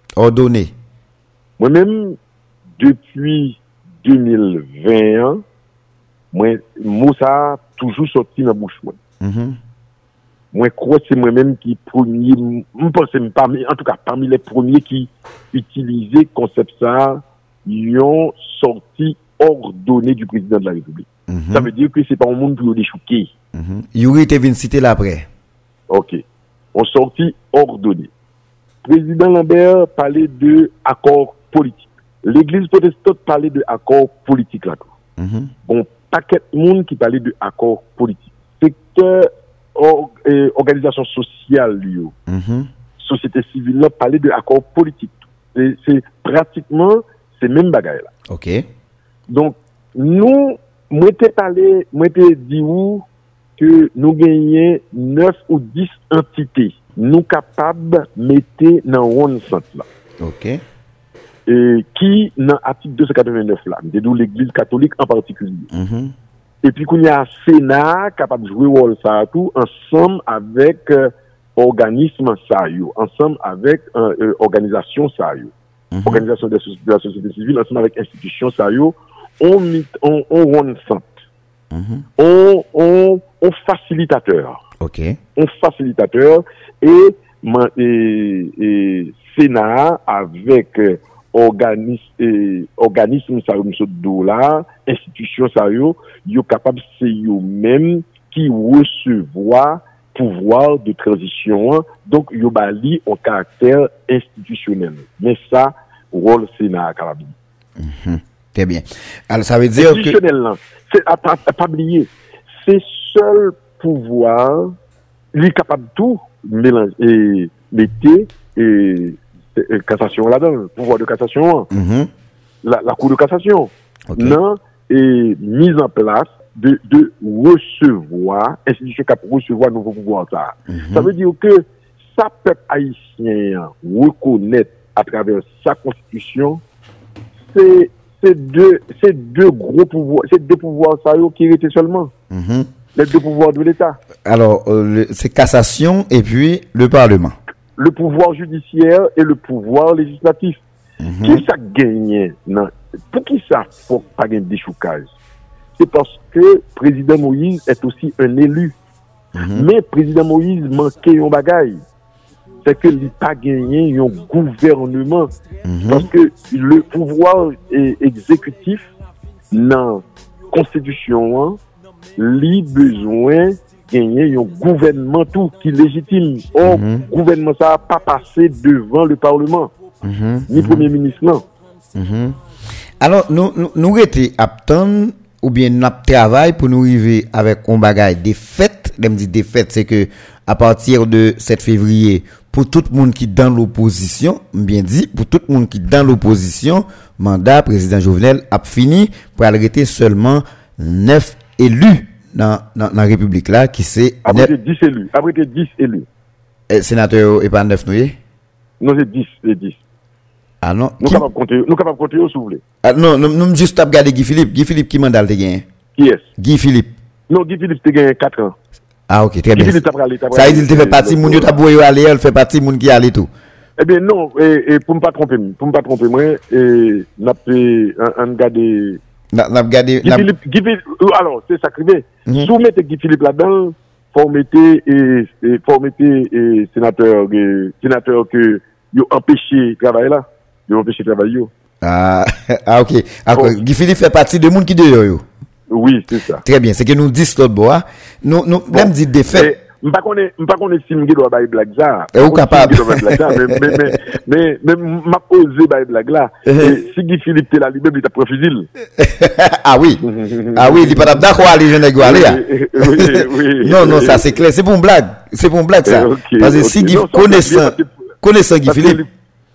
S4: Moi-même, depuis 2021, moi ça toujours sorti dans bouche moi. Moi crois c'est moi-même qui premier, je pense en tout cas parmi les premiers qui utilisaient concept ça, ils ont sorti ordonné du président de la République. Ça veut dire que c'est pas un monde pour les choquer.
S3: Yuri te vient citer là après.
S4: OK. On sorti ordonné. Président Lambert parlait de accord politique. L'église protestante parlait de accord politique là. Bon, paquet de monde qui parlait de accord politique. Secteur organisation sociale société civile là parlait de accord politique. C'est pratiquement ces mêmes bagailles là.
S3: OK.
S4: Donc nous moi t'ai dit que nous gagnons 9 ou 10 entités nous capables mettre dans one centre là.
S3: OK.
S4: Et qui dans l'article 289 là, d'où l'église catholique en particulier. Et puis qu'on y a un Sénat capable de jouer rôle ça tout ensemble avec organisme ça ensemble avec organisation ça organisation de la société civile ensemble avec institution ça on rend centre. On facilitateur.
S3: OK.
S4: On facilitateur et Sénat avec organisme ça là institution ça yo capable c'est yo même qui recevoir pouvoir de transition donc yo bali au caractère institutionnel mais ça rôle Sénat capable.
S3: Très bien. Alors ça veut dire
S4: que c'est pas oublier c'est seul pouvoir lui capable tout mélanger et mettre et cassation là-dedans, pouvoir de cassation, la cour de cassation, non, et mise en place de recevoir, institution qui recevoir nouveau pouvoir ça. Ça veut dire que ça peuple haïtien reconnaître à travers sa constitution c'est deux gros pouvoirs, c'est deux pouvoirs ça qui étaient seulement. Les deux pouvoirs de l'État.
S3: Alors, c'est cassation et puis le Parlement.
S4: Le pouvoir judiciaire et le pouvoir législatif. Qui ça gagne? Non. Pour qui ça faut pas gagner des choucages? C'est parce que président Moïse est aussi un élu. Mais président Moïse manquait un bagaille. C'est que il pas gagné un gouvernement. Parce que le pouvoir exécutif dans la constitution, il besoin gagner un gouvernement tout qui légitime. Or, gouvernement ça n'a pas passé devant le Parlement. Ni premier ministre, non.
S3: Alors, nous étions aptons ou bien nous travaillons pour nous arriver avec un bagage des fêtes. Je me dis des fêtes, c'est que à partir de 7 février, pour tout le monde qui est dans l'opposition, bien dit, pour tout le monde qui est dans l'opposition, mandat président Jovenel a fini pour arrêter seulement 9 élus dans la République là, qui c'est...
S4: Après 10 élus. Après 10 élus.
S3: Sénateur et pas 9 noués?
S4: Non, c'est 10. C'est 10.
S3: Ah non.
S4: Nous capables de compter, si vous voulez.
S3: Ah non, nous juste à regarder Guy Philippe. Guy Philippe qui mandat te gagné?
S4: Qui est?
S3: Guy Philippe.
S4: Non, Guy Philippe te gagné 4 ans.
S3: Ah ok, très bien.
S4: Ça
S3: veut dire qu'il fait partie moun yo t'a boyo aller, elle fait partie moun qui aller tout.
S4: Eh bien non, et pour ne pas tromper moi, et n'a fait un garder Guy Philippe, alors c'est sacré. Si vous mettez Guy Philippe là-dedans, faut mettre sénateur que yo empêché travailler là, yo empêché travailler yo.
S3: Ah ok. Alors Guy Philippe fait partie de moun qui dehors yo.
S4: Oui, c'est ça.
S3: Très bien, c'est que nous disons l'autre bois. Nous même dit des faits.
S4: M'pas connaît si m'gé doit bailler blague ça.
S3: Ou capable.
S4: Mais m'a posé bailler blague là. Si Guy Philippe t'es là lui même il t'a pris fusil.
S3: Ah oui, il pas d'accord aller jeune nèg aller. Oui. Non, ça c'est clair, c'est pour une blague. C'est pour une blague ça. Parce que si Guy connaissant Guy Philippe,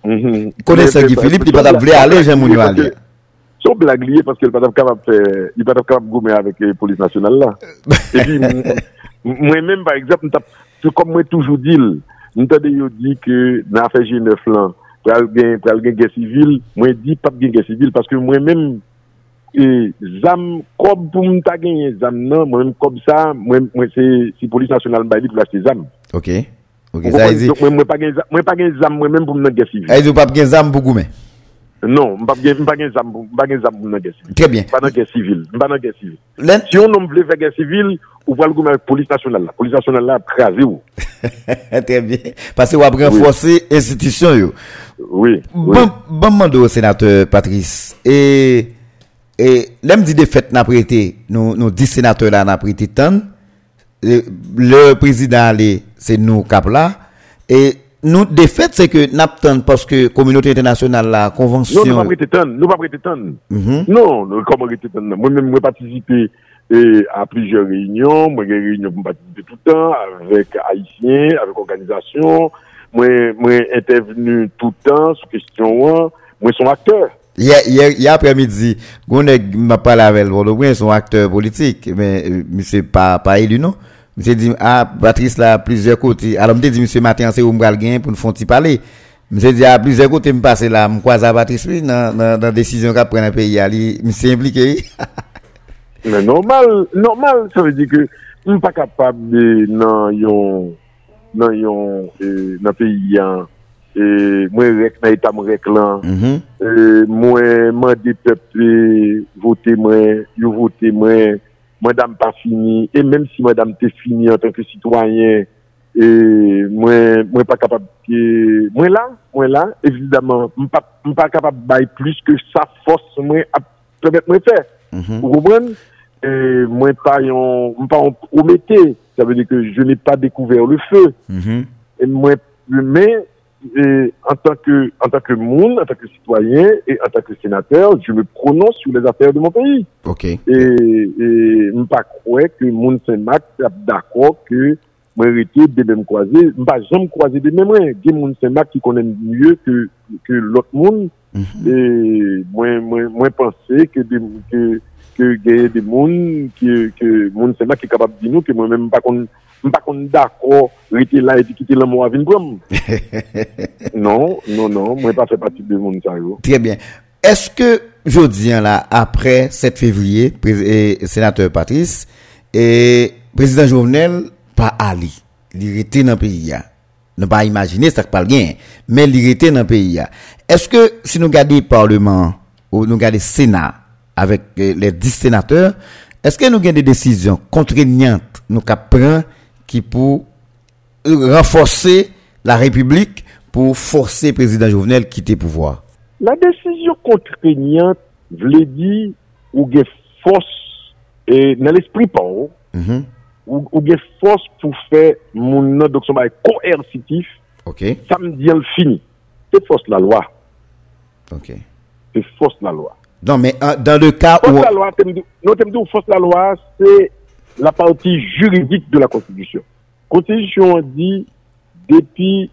S3: il pas vouloir aller jeune moun aller.
S4: Son blague lié parce qu'il n'est pas capable de gommer avec la police nationale là. Et puis, moi-même, par exemple, comme moi toujours dit, nous t'avons dit que dans l'affaire G9 là, pour aller guerre civile, moi dis pas de guerre civile parce que moi-même, zam, comme pour me gagner zam non, moi-même comme ça, moi c'est police nationale m'a dit pour acheter zam.
S3: Ok, ça dit.
S4: Donc moi pas gagner zam moi-même pour me guerre civile.
S3: Ah, ils ont pas gagner zam pour gommer.
S4: Non, pas gagner zam pour me guerre civile.
S3: Très bien.
S4: Pas dans guerre civile. Si on veut faire guerre civile, on va le gommer avec police nationale là. Police nationale là crasé ou.
S3: Très bien. Parce que on va renforcer institution yo.
S4: Oui.
S3: Bon mando sénateur Patrice. Et l'aime dit des fêtes n'a prêté, nous 10 sénateurs là n'a prêté tant. Le président allé, c'est nous cap là. Et nous des fêtes c'est que n'attend parce que communauté internationale la convention.
S4: Non, nous pas prêter tant. Non, comment prêter tant. Moi-même moi participer à plusieurs réunions, moi des réunions pour participer tout le temps avec haïtiens, avec organisations. Moi intervenu tout le temps sur question moi son acteur.
S3: Hier après-midi, Goneg m'a parlé avec lui, son acteur politique, mais monsieur pas élu non. Monsieur dit Patrice là plusieurs côtés. Alors me dit monsieur matin c'est où m'gal gain pour nous font parler. Monsieur dit à plusieurs côtés me passer là, me croiser Patrice oui dans décision qu'a prendre pays ali, monsieur impliqué.
S4: Mais normal, ça veut dire que on pas capable de dans pays et moi rek na état rek là moi mandé peuple voter moi madame pas fini et même si madame t'es fini en tant que citoyen et moi pas capable que moi là évidemment pas capable bailler plus que sa force moi permettre moi faire vous comprenez et moi pas prometté ça veut dire que je n'ai pas découvert le feu et moi mais en tant que monde, en tant que citoyen et en tant que sénateur, je me prononce sur les affaires de mon pays.
S3: Ok.
S4: Et je ne pas croire que monde Saint-Marc est d'accord que moi arrêter de même croiser, je pas jamais croiser de même. Il y a monde Saint-Marc qui connaît mieux que l'autre monde. Et moi penser que y a des monde que monde Saint-Marc qui est capable de dire nous que moi même pas d'accord, rester là et quitter l'amour à Vingram. Non, moi pas fait partie de monde ça.
S3: Très bien. Est-ce que jeudi là après 7 février sénateur Patrice et président Jovenel pas Ali, il était dans le pays là. Ne pas imaginer ça pas bien, mais il était dans le pays là. Est-ce que si nous regardons le parlement ou nous regardons le Sénat avec les 10 sénateurs, est-ce que nous avons des décisions contraignantes nous prendre qui pour renforcer la République pour forcer le président Jovenel à quitter le pouvoir?
S4: La décision contraignante veut dire ou une force dans l'esprit pas ou une force pour faire mon donc son bail coercitif.
S3: OK.
S4: Ça me dit le fini. C'est force la loi.
S3: OK.
S4: C'est force la loi.
S3: Non mais dans le cas
S4: force
S3: où
S4: la loi, force la loi, c'est la partie juridique de la Constitution. Constitution dit depuis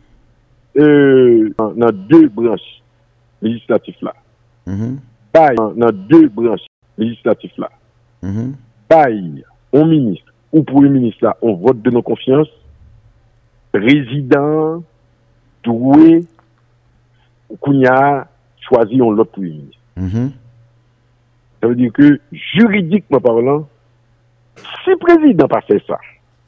S4: dans deux branches législatives là. Dans deux branches législatives là. Paille, on ministre ou premier ministre là, on vote de nos confiance. Président doué qu'on a choisi un autre premier ministre. Ça veut dire que juridiquement parlant, si le président pas fait ça,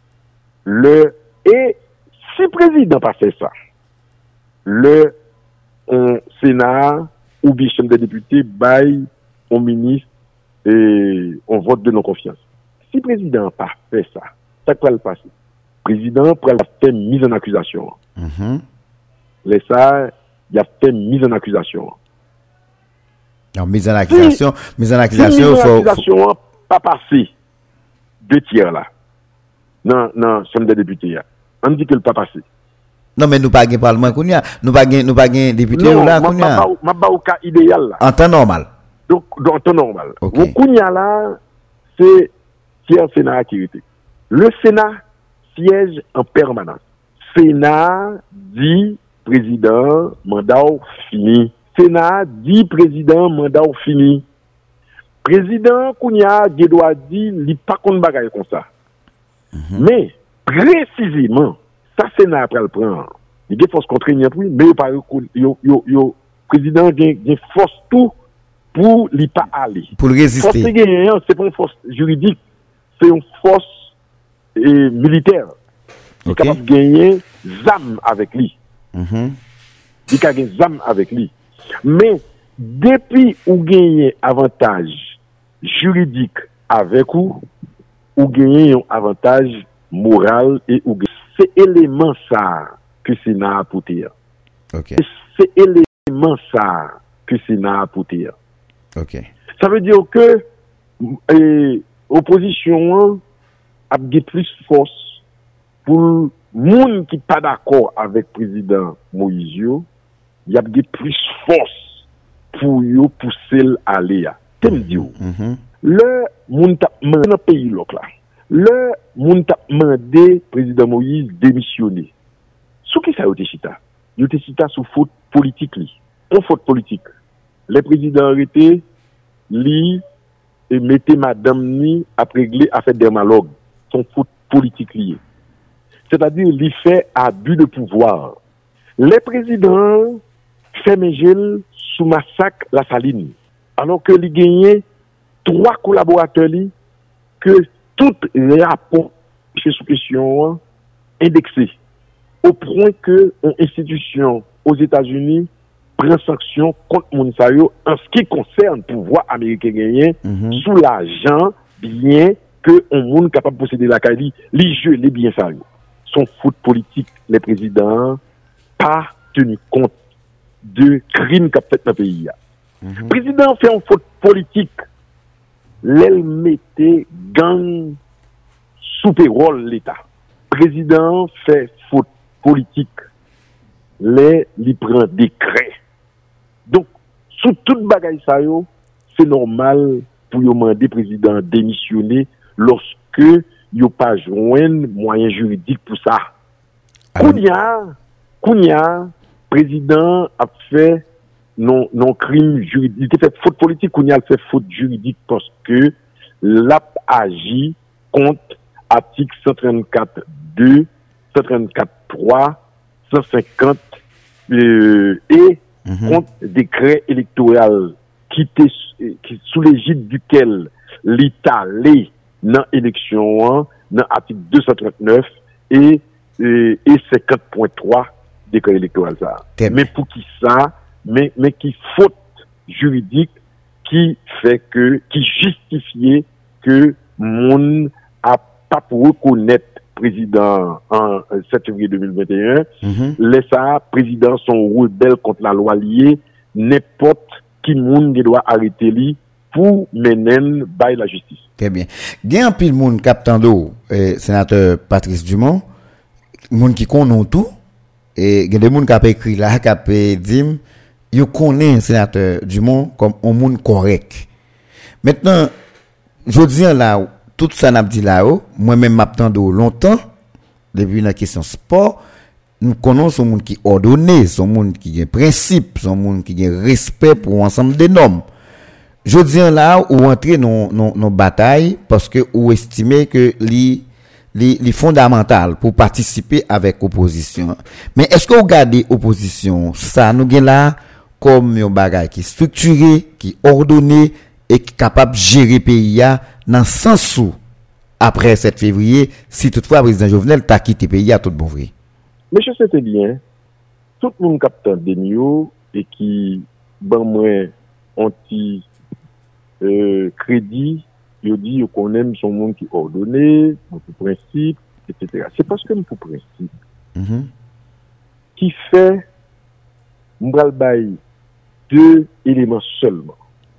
S4: si le président pas fait ça, le Sénat ou bien Chambre des députés baille au ministre et on vote de non confiance. Si le président n'a pas fait ça, ça peut le passer. Le président peut faire mise en accusation. Les ça, il a fait mise en accusation.
S3: Non, mise en accusation,
S4: si mise en accusation pas passé 2 tiers là. Non, Chambre des députés. On dit que le pas passé.
S3: Non, mais nous pas gain parlement kounya, nous pas gain député là kounya.
S4: Ma ba au cas idéal là.
S3: En temps normal.
S4: Donc en temps normal.
S3: OK.
S4: Au kounya là, c'est tiers Sénat qui était. Le Sénat siège en permanence. Sénat dit président mandat fini. Sénat dit président mandat fini. Président Kounia doit dire li pas kon bagay comme ça. Mais précisément ça Sénat après le prendre. Il y a force contraignante oui, mais pas yo président gen force tout pour li pas aller.
S3: Pour le résister.
S4: Force c'est pas une force juridique, c'est une force militaire. Il est capable de gagner ZAM avec lui. Il a gagné ZAM avec lui. Mais depuis ou gagner avantage juridique avec ou gagner un avantage moral et ou c'est élément ça que Sénat a pour dire.
S3: OK.
S4: C'est élément ça que Sénat a pour dire.
S3: OK.
S4: Ça veut dire que opposition a plus force pour moun qui pas d'accord avec président Moïse, il y a plus force pour yo pousser aller. T'aimes dire le moun t'a dans pays là. Le moun t'a demandé président Moïse démissionner. Sous qui ça yote chita? Yote chita sous faute politique li. On faute politique. Les présidents arrêtés li et mettez madame ni à régler affaire dermalogue. Son faute politique lié. C'est-à-dire li fait abus de pouvoir. Les présidents fait gel sous massacre la Saline. Alors que li gagné 3 collaborateurs li que tout rapport sous question indexé au point que une institution aux États-Unis prend sanction contre Mounsayo en ce qui concerne le pouvoir américain gagné sous l'argent bien que un monde capable de posséder la Cali, les jeux, les biens ça. Son foot politique, les présidents pas tenu compte de crimes qu'a fait dans le pays. Le président fait un faute politique, l'elle mettait gang sous payroll l'État. Président fait faute politique, il prend décret. Donc, sous toute bagaille ça yo, c'est normal pour demander président démissionner lorsque yo pas joindre moyen juridique pour ça. Kounia, président a fait non crime juridique, il a fait faute politique, Kounia a fait faute juridique parce que l'a agi contre article 134.2, 134.3, 150 et contre décret électoral qui sous l'égide duquel l'État allait dans l'élection, dans l'article 239 et 50.3 décret électoral ça. Mais pour qui ça, mais qui faute juridique qui justifiait que mon a pas pour reconnaître président en 7 février 2021, laisse ça président son rebelle contre la loi liée, n'importe qui monde doit arrêter lui pour mener by la justice.
S3: Très bien. Gen un pile monde captando sénateur Patrice Dumont, monde qui connaît tout et gen des monde qui a écrit là qui a dit yo connaît sénateur Dumont comme un monde correct. Maintenant je dis là tout ça n'a dit là moi-même m'attendais longtemps depuis la question sport. Nous connaissons un monde qui ordonné, son monde qui a principe, son monde qui a respect pour ensemble des normes. Je dis là ou entrer nos batailles parce que ou estimer que les fondamental pour participer avec opposition. Mais est-ce que vous regardez opposition ça nous gagne là comme un bagage qui structuré, qui ordonné et qui capable de gérer pays dans sens où après 7 février si toutefois le président Jovenel t'a quitté pays à tout bon vrai.
S4: Mais je sais bien, tout le monde capte des news et qui, ben moi, anti crédit, il dit qu'on aime son monde qui ordonné, pour principe, etc. C'est parce que pour principe, qui fait, m'bral bail 2 éléments seulement.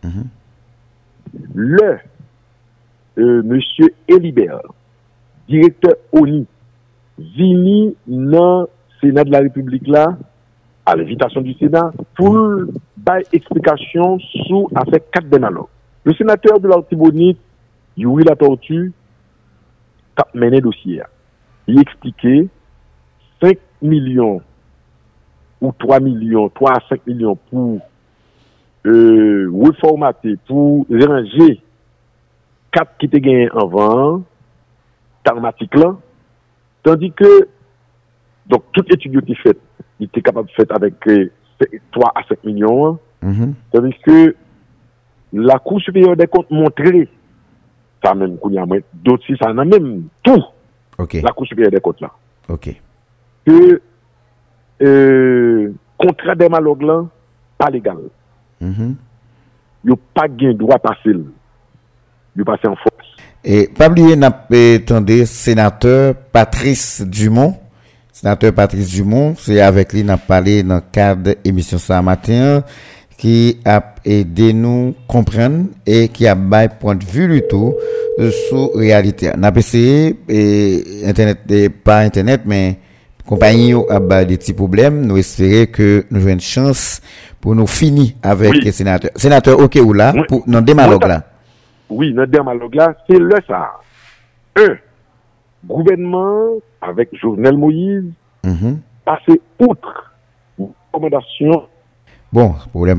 S4: Monsieur Elibert, directeur ONI, vini dans Sénat de la République là, à l'invitation du Sénat, pour bailler explication sur affaire 4 Benalo. Le sénateur de l'Artibonite, Yuri La Tortue, a mené dossier. Il expliquait 5 millions ou 3 millions, 3 à 5 millions pour reformater, pour ranger 4 qui étaient gagnés avant, tarmatique là. Tandis que, donc, toute étude qui est faite, il était capable de faire avec 3 à 5 millions. Tandis que la Cour supérieure des comptes montrait, ça même, d'autres, ça en a même tout. La Cour supérieure des comptes là. Que, contrat des malog là, pas légal. Il n'y a pas de droit passer. Il passer en force.
S3: Et pas oublier n'attendez sénateur Patrice Dumont. Sénateur Patrice Dumont, c'est avec lui n'a parlé dans le cadre de l'émission ça matin qui a aidé nous comprendre et qui a bail point de vue du tout sur réalité. N'a essayé internet pas internet mais compagnie a bail des petits problèmes, nous espérer que nous jouons une chance pour nous finir avec le sénateur. Sénateur OK ou là pour dans démalogue là.
S4: Oui, notre dialogue là, c'est le ça. Gouvernement avec Jovenel Moïse, passer outre recommandation.
S3: Bon,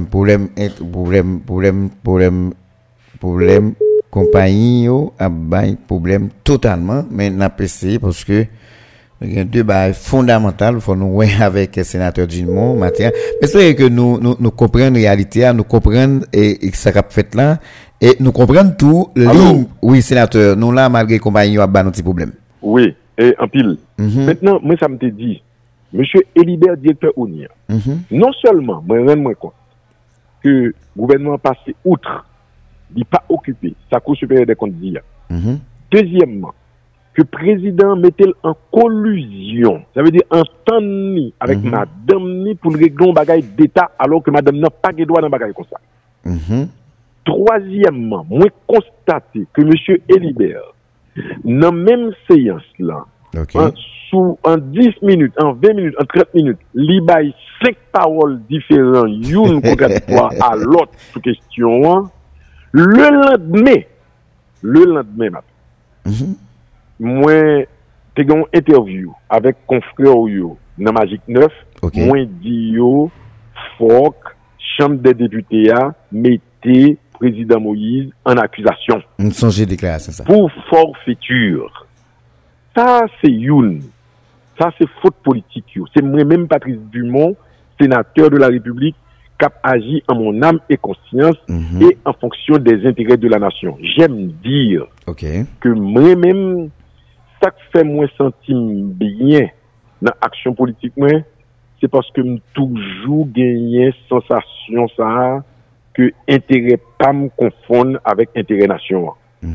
S3: problème compagnie a bail problème totalement, mais n'a pas essayé parce que il y a deux bails fondamentaux faut nous voir avec le sénateur Dumont matin. Mais c'est que nous comprendre réalité, nous comprendre et ça qu'a fait là. Et nous comprenons tout, oui, sénateur, nous là, malgré compagnie, a un petit problème.
S4: Oui, et en pile. Maintenant, moi, ça me te dit, monsieur Elibert, directeur ONIA, non seulement, moi, je me compte que le gouvernement passé outre, il n'est pas occupé, sa Cour supérieure des comptes d'IA. Deuxièmement, que le président mettait en collusion, ça veut dire en temps avec madame ni pour régler un bagage d'État, alors que madame n'a pas de droit dans un bagage comme ça. Troisièmement, moi constaté que monsieur Elibert, dans même séance là, en 10 minutes, en 20 minutes, en 30 minutes, il baille 5 paroles différentes, une contradictoire à l'autre sous question. Le lendemain, moi, j'ai eu une interview avec confrère dans Magic 9, moi dit yo, FOC, Chambre des députés mettez président Moïse en accusation.
S3: Ça.
S4: Pour forfaiture. Ça, c'est une. Ça, c'est faute politique. C'est moi-même, Patrice Dumont, sénateur de la République, cap agi en mon âme et conscience et en fonction des intérêts de la nation. J'aime dire que moi-même, ça fait moi sentir bien dans l'action politique, c'est parce que je toujours gagné sensation ça que intérêt pas me confondre avec intérêt nation.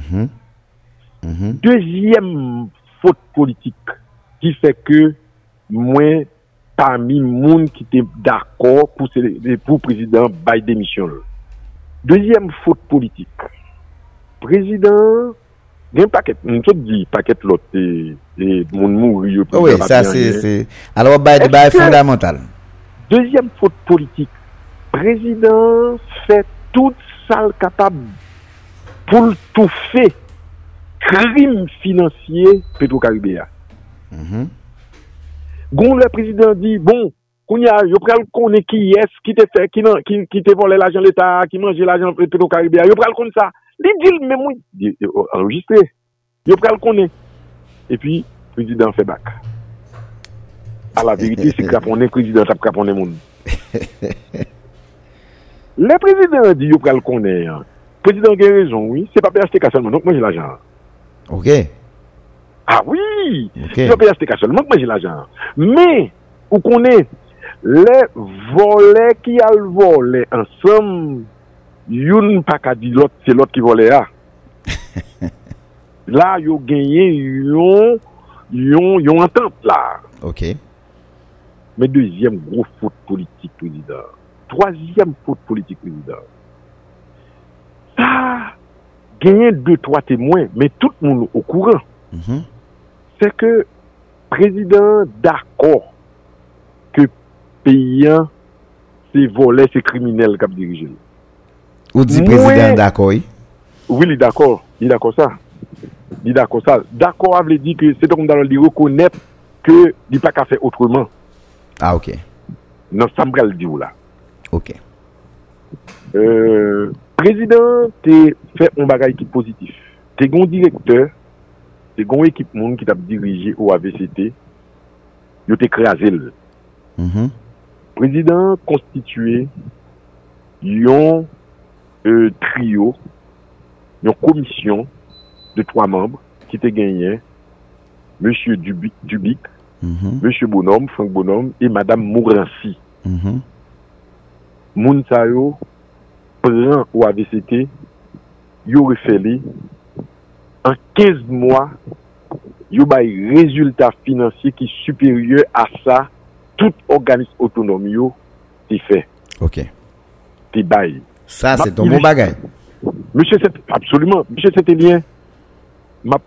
S4: Deuxième faute politique qui fait que moi parmi monde qui était d'accord pour le président bail démission. Deuxième faute politique. Président il y a un paquet, nous dit paquet l'autre et mon mourir.
S3: Oui, ça c'est alors bail fondamental.
S4: Deuxième faute politique. Président fait tout ça capable pour tout fait crime financier Petro-Caribéa. Gon le président dit bon, yo pral connaît qui est qui te fait qui te volé l'argent l'État, qui mange l'argent Petro-Caribéa, yo pral connaît ça. Li dit même oui, enregistré. Yo pral connaît. Et puis président fait bac. À la vérité, c'est craponné président t'a craponné moun. Le président dit yo pral connaît. Président a raison, oui, c'est pas PHTK seulement, donc moi j'ai l'argent.
S3: OK.
S4: Ah oui, c'est pas PHTK seulement, donc moi j'ai l'argent. Mais vous connaissez les volets qui a volé ensemble, youn pas qu'à dire l'autre, c'est l'autre qui volait là. Là, yo gagné yon entente là.
S3: OK.
S4: Mais deuxième gros faute politique président. Troisième faute politique président. Ça gagné 2-3 témoins, mais tout le monde au courant. C'est que président d'accord que payant c'est volé, c'est criminel qui a dirigé.
S3: Ou dit président d'accord, oui?
S4: Oui, il est d'accord. Il est d'accord ça. Il est d'accord ça. D'accord veut dire que c'est comme dans le reconnaître que il n'est pas qu'à faire autrement.
S3: Ah, OK.
S4: Non, ça me le dire là.
S3: OK.
S4: Président, tu fait un bagage qui est positif. Tu es un directeur, tu es une équipe monde qui t'a dirigé au AVCT, tu t'es écrasé. Président constitué un trio, une commission de 3 membres qui te gagné Monsieur Dubic, Monsieur Bonhomme, Franck Bonhomme et Madame Mourancy. Moun sa yo prend au AVCT, yo refait en 15 mois, yo bay résultat financier qui est supérieur à ça, tout organisme autonome yo t'est fait.
S3: OK.
S4: T'es bay.
S3: Ça c'est ton bon bagage.
S4: Monsieur absolument, monsieur c'était bien. M'a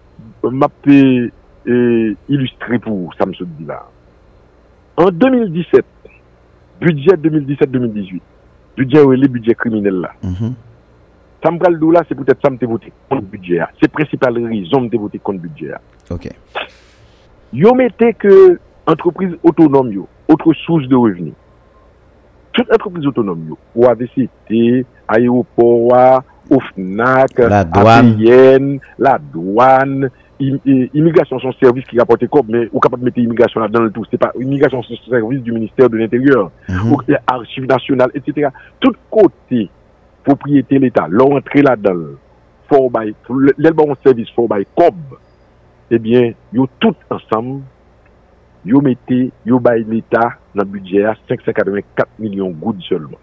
S4: illustré pour ça me se dit là. En 2017, budget 2017-2018. Budget criminel là. Ça me parle là, c'est peut-être ça me voté contre budget. C'est principale raison me voté contre budget.
S3: OK.
S4: Yo mettez que entreprise autonome yo, autre source de revenus. Toute entreprise autonome yo, ou AVCT, aéroport, OFNAC,
S3: la douane,
S4: la douane, immigration son service qui rapporte comme mais ou capable de mettre immigration là dans le tout, c'est pas immigration son service du ministère de l'Intérieur, ou archives nationales, etc. Tout côté propriété l'État, l'entrée là-dedans, for by l'elbon service for by cob, eh bien, yo tout ensemble, yo mettez, yo by l'État dans le budget à 584 millions de gouttes seulement.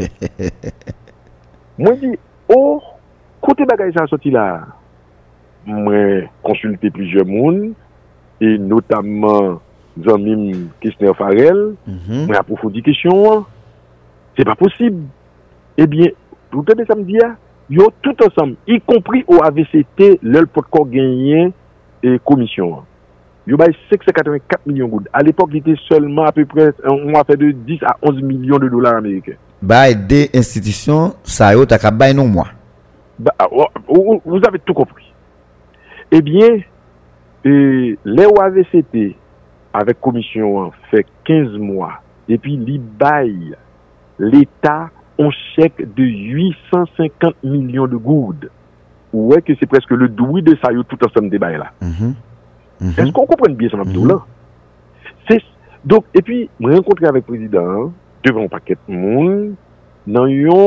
S4: Moi dis, oh, côté bagage ça sorti là, moi consulté plusieurs monde et notamment Zamim Kistner Farel, moi approfondi question, c'est pas possible. Eh bien, vous tenez samedi yo tout ensemble, y compris au AVCT, leur pot gagné et commission. Yo bay 584 millions de gouttes. À l'époque, il était seulement à peu près on a fait de 10 à 11 millions de dollars américains.
S3: Bay des institutions, ça yo ta ka bay non moi.
S4: Vous avez tout compris. Eh bien, les AVCT avec commission fait 15 mois et puis li bail l'État un chèque de 850 millions de gouttes. Ouais que c'est presque le double de ça yo tout ensemble des bail là. Est-ce qu'on comprend bien ça là? C'est donc et puis me rencontrer avec le président devant un paquet de monde dans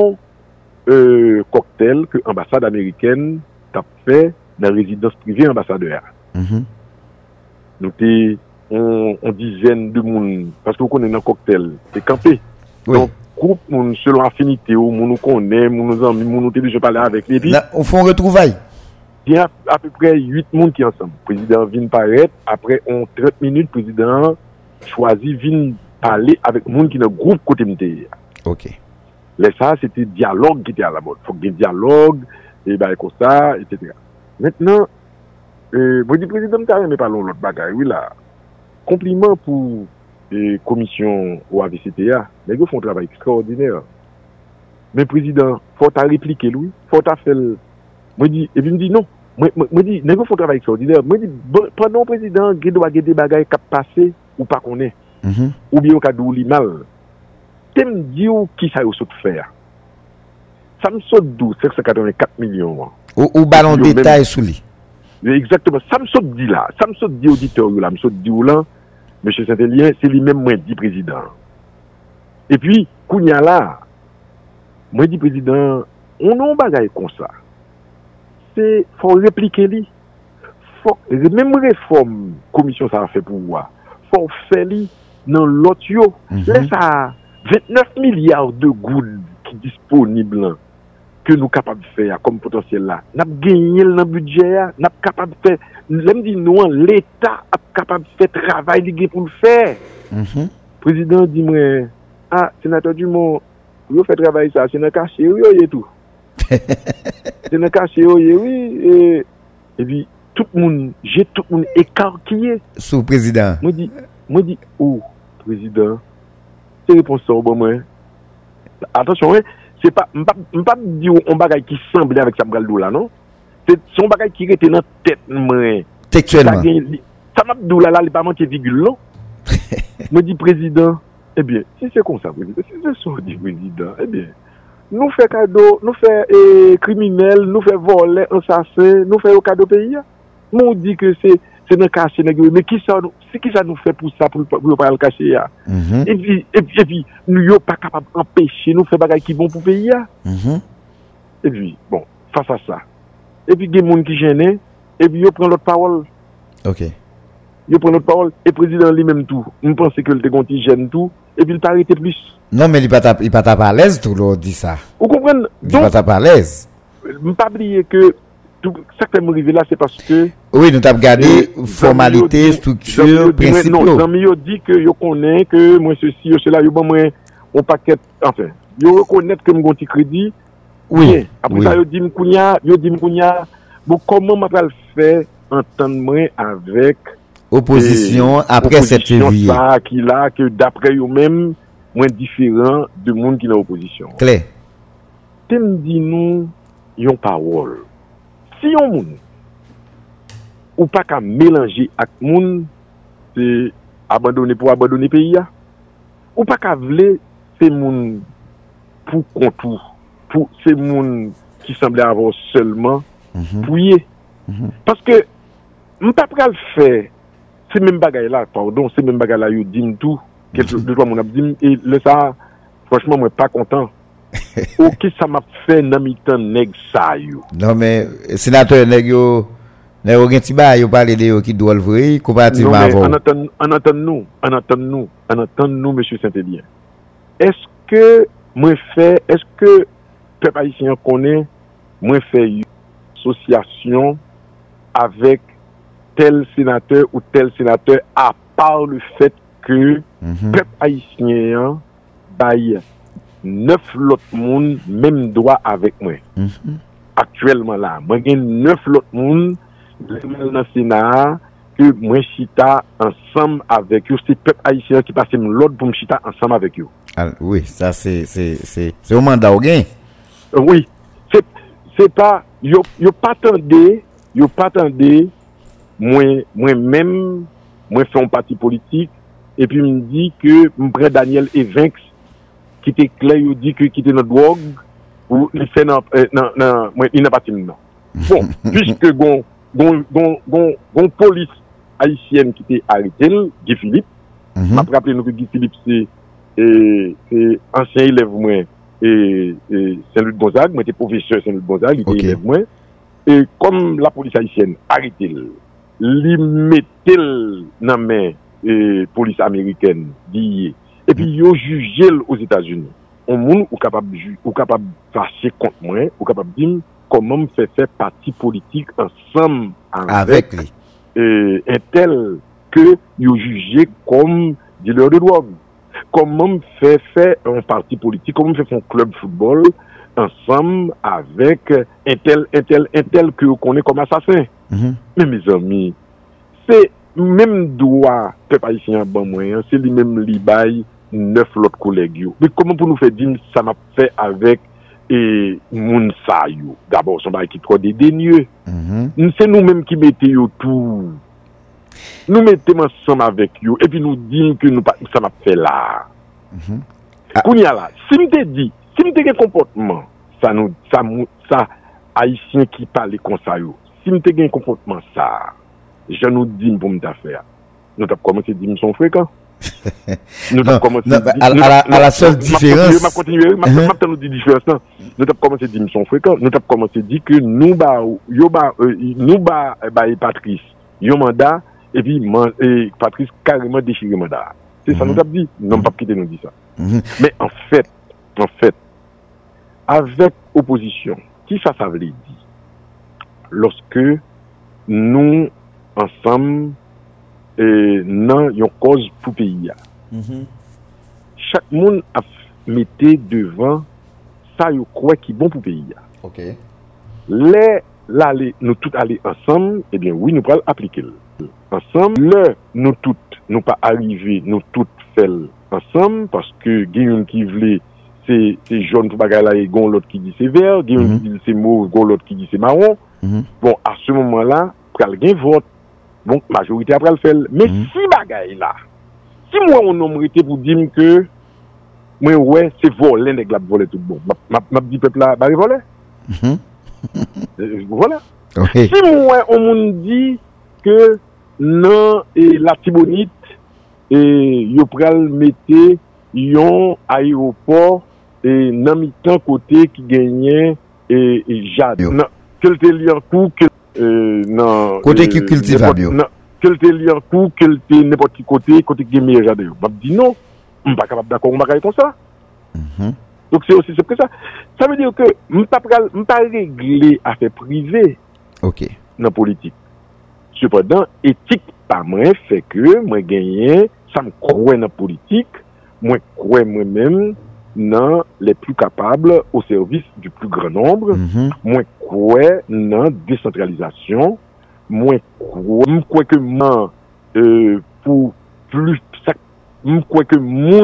S4: cocktail que l'ambassade américaine a fait dans la résidence privée ambassadeur. Nous avons une dizaine de monde, parce que vous connaissez un cocktail, c'est campé.
S3: Oui.
S4: Donc, groupe, selon affinité, nous connaissons, nous amis, nous déjà parlé avec les.
S3: Là, on fait un retrouvaille.
S4: Il y a à peu près 8 personnes qui sont ensemble. Le président vient paraître, après 30 minutes, le président choisit vient parler avec les gens qui sont dans le groupe côté MTE.
S3: Ok.
S4: Là, ça, c'était dialogue qui était à la mode. Il faut qu'il y ait dialogue, et ben, comme ça, etc. Maintenant, moi, le président mais parlons de l'autre bagaille. Oui, là, compliment pour la commission au AVCTA. Les gars font un travail extraordinaire. Mais le président, il faut répliquer lui, il faut faire. Moi, dis, et puis il me dit non. Moi, dis, les gars font un travail extraordinaire. Moi, dis, pendant le président, il doit avoir des bagailles qui passent ou pas qu'on est. Ou bien au cas d'où il mal. Tu me dis qui ça saute faire. Ça me saute d'où 584 millions.
S3: Ou ballon détail sous lui.
S4: Exactement. Ça me saute dit là. Ça me saute dit auditeur là. Me saute dit là. Monsieur Saint-Élien, c'est lui-même moi dit président. Et puis, Kounia là, moi dit président, on a un bagage comme ça. C'est faut répliquer lui. Faut même réforme commission ça a fait pour moi. Faut faire lui dans l'autre yo. Là ça 29 milliards de gouttes qui disponibles que nous capables de faire comme potentiel là. N'a gagné dans le budget, n'a capable de faire l'aime dit nous l'état est capable de faire travail lié pour le faire. Président dit moi sénateur Dumont, vous fait travail ça, c'est dans caché oui et tout. C'est dans caché oui et puis tout le monde écarquillé
S3: sous président.
S4: Moi dit oh président c'est réponse ça bon moi. Attention c'est pas m'pas dire on bagaille qui semble avec ça m'gal là non. C'est son bagaille qui était dans tête moi.
S3: Textuellement.
S4: Ça m'a dit là il pas manquer virgule non. Me dit président eh bien si c'est comme ça président si c'est ça dit président eh bien nous fait cadeau nous fait criminel nous fait voler assassin nous fait au cadeau pays nous dit que c'est dans caché mais qui ça nous fait pour ça pour pas le cacher ya et puis nous yo pas capable empêcher nous faire bagaille qui bon pour pays ya et puis bon face à ça et puis des monde qui gêné et puis yo prend l'autre parole.
S3: OK.
S4: Yo prend l'autre parole et président lui-même tout on pense que le te gêne tout et puis il t'a arrêté plus.
S3: Non mais il pas à l'aise tout l'autre dit ça.
S4: Vous comprenez?
S3: Il pas à l'aise.
S4: Pas oublier que tout ça qui m'est arrivé là c'est parce que
S3: oui nous t'avons regardé formalité structure principe.
S4: Non amis yo dit que yo connaît que moi ceci yo cela yo bon moi on paquet enfin yo reconnaître que mon petit crédit oui après ça yo dit m'kounya bon comment m'a le faire entendre moi avec
S3: opposition après cette vie
S4: ça qui là que d'après eux même moins différent de monde qui dans opposition
S3: clair
S4: tu me dis nous yon parole si on moun ou pas qu'à mélanger avec moun c'est abandonner pays ya ou pas qu'à vle c'est moun pour contour pour c'est moun qui semblait avoir seulement pouillé parce que m'pas pas le faire c'est même bagaille là c'est même bagaille là yo dit tout quelque deux trois mon a dit et le ça franchement moi pas content. OK ça m'a fait dans mi-temps nèg ça yo. Non
S3: mais sénateur nèg yo gen ti ba yo parler de yo qui doit le vrai comparativement avant.
S4: En entend nous monsieur Saint-Élien. Est-ce que peuple haïtien connaît moi fait une association avec tel sénateur ou tel sénateur à part le fait que peuple haïtien baille 9 l'autre monde même droit avec moi. Actuellement là, moi j'ai 9 l'autre monde dans le Sénat que moi chita ensemble avec eux, c'est peuple haïtien qui passe l'autre pour me chita ensemble avec eux.
S3: Ah, oui, ça c'est au mandat au gain.
S4: Oui, c'est pas yo pas attendé moi même moi fais un parti politique et puis me dit que me prend Daniel Evans qui était clair il dit que qui était notre drogue ou il fait non il n'a pas dit non. Bon, puisque gon police haïtienne qui était arrêté Guy Philippe m'a rappelé nous que Guy Philippe c'est ancien élève moi Saint-Louis de Gonzague, moi j'étais professeur Saint-Louis de Gonzague, il était élève moi. Et comme la police haïtienne arrêtait, li mettait dans main police américaine et puis yo jugé aux États-Unis. On monde ou capable passer contre moi, ou capable dire comment me faire parti politique ensemble avec
S3: lui.
S4: Un tel que yo jugé comme dealer de drogue. Comment faire un parti politique, comment faire un club football ensemble avec un tel que vous connaissez comme assassin. Mais mes amis, c'est même droit peuple haïtien bon moyen, c'est lui même li bail 9 autres collègues. Mais comment pour nous faire dire ça m'a fait avec moun sa yo. D'abord son bail qui trop dédaigneux. C'est nous mêmes qui mettons yo tout. Nous mettons ensemble avec yo et puis nous disons que nous pas ça m'a fait là. Kounya là, si me te dit, si me te un comportement, ça haïtien qui parle comme ça yo. Si me te un comportement ça, je nous dis pour me faire. Nous t'as commencé à dire son fréquent. Nous t'as commencé
S3: à la seule différence.
S4: Ma continuer, ma nous dit différence non. Nous t'as commencé à dire son fréquent. Nous t'as commencé à dire que nous Patrice, yo mandat et puis Patrice carrément déchiré mandat. C'est ça nous t'as dit. Non pas quitter nous dit ça. Mais en fait, avec opposition, qui ça veut dire? Lorsque nous ensemble non une cause pour pays. Chaque monde a metté devant ça yo croit qui bon pour pays.
S3: OK.
S4: Nous tous aller ensemble, eh bien oui, nous pourrons appliquer. Ensemble, nous toutes nous pas arriver, nous toutes faire ensemble parce que gagne qui voulait c'est jaune pour bagarre là et gon l'autre qui dit c'est vert, gagne qui dit c'est mauve, gon l'autre qui dit c'est marron. Bon, à ce moment-là, pral gain vote. Donc majorité après le faire. Mais si bagaille là, si moi on nommerait pour dire que moi ouais, c'est voler nèg la voler tout bon. M'a dit peuple là, ba voler. Voilà.
S3: Okay.
S4: Si moi on me dit que non et la Tibonite et yo pral mettre yon aéroport et nan mi-temps côté qui gagnait et Jade. Quel te li en tout que non
S3: côté qui cultive Fabio.
S4: Quel te li en tout quel te n'importe qui côté qui meilleur Jade. M'a dit non, on pas capable d'accord on va comme ça. Donc c'est aussi simple que ça. Ça veut dire que on pas régler affaires privées.
S3: OK.
S4: Dans politique. Cependant, éthique pas moi fait que moi gagner, ça me croit dans politique, moi crois moi-même dans les plus capables au service du plus grand nombre, moi crois dans décentralisation, moi crois que moi pour plus ça moi crois que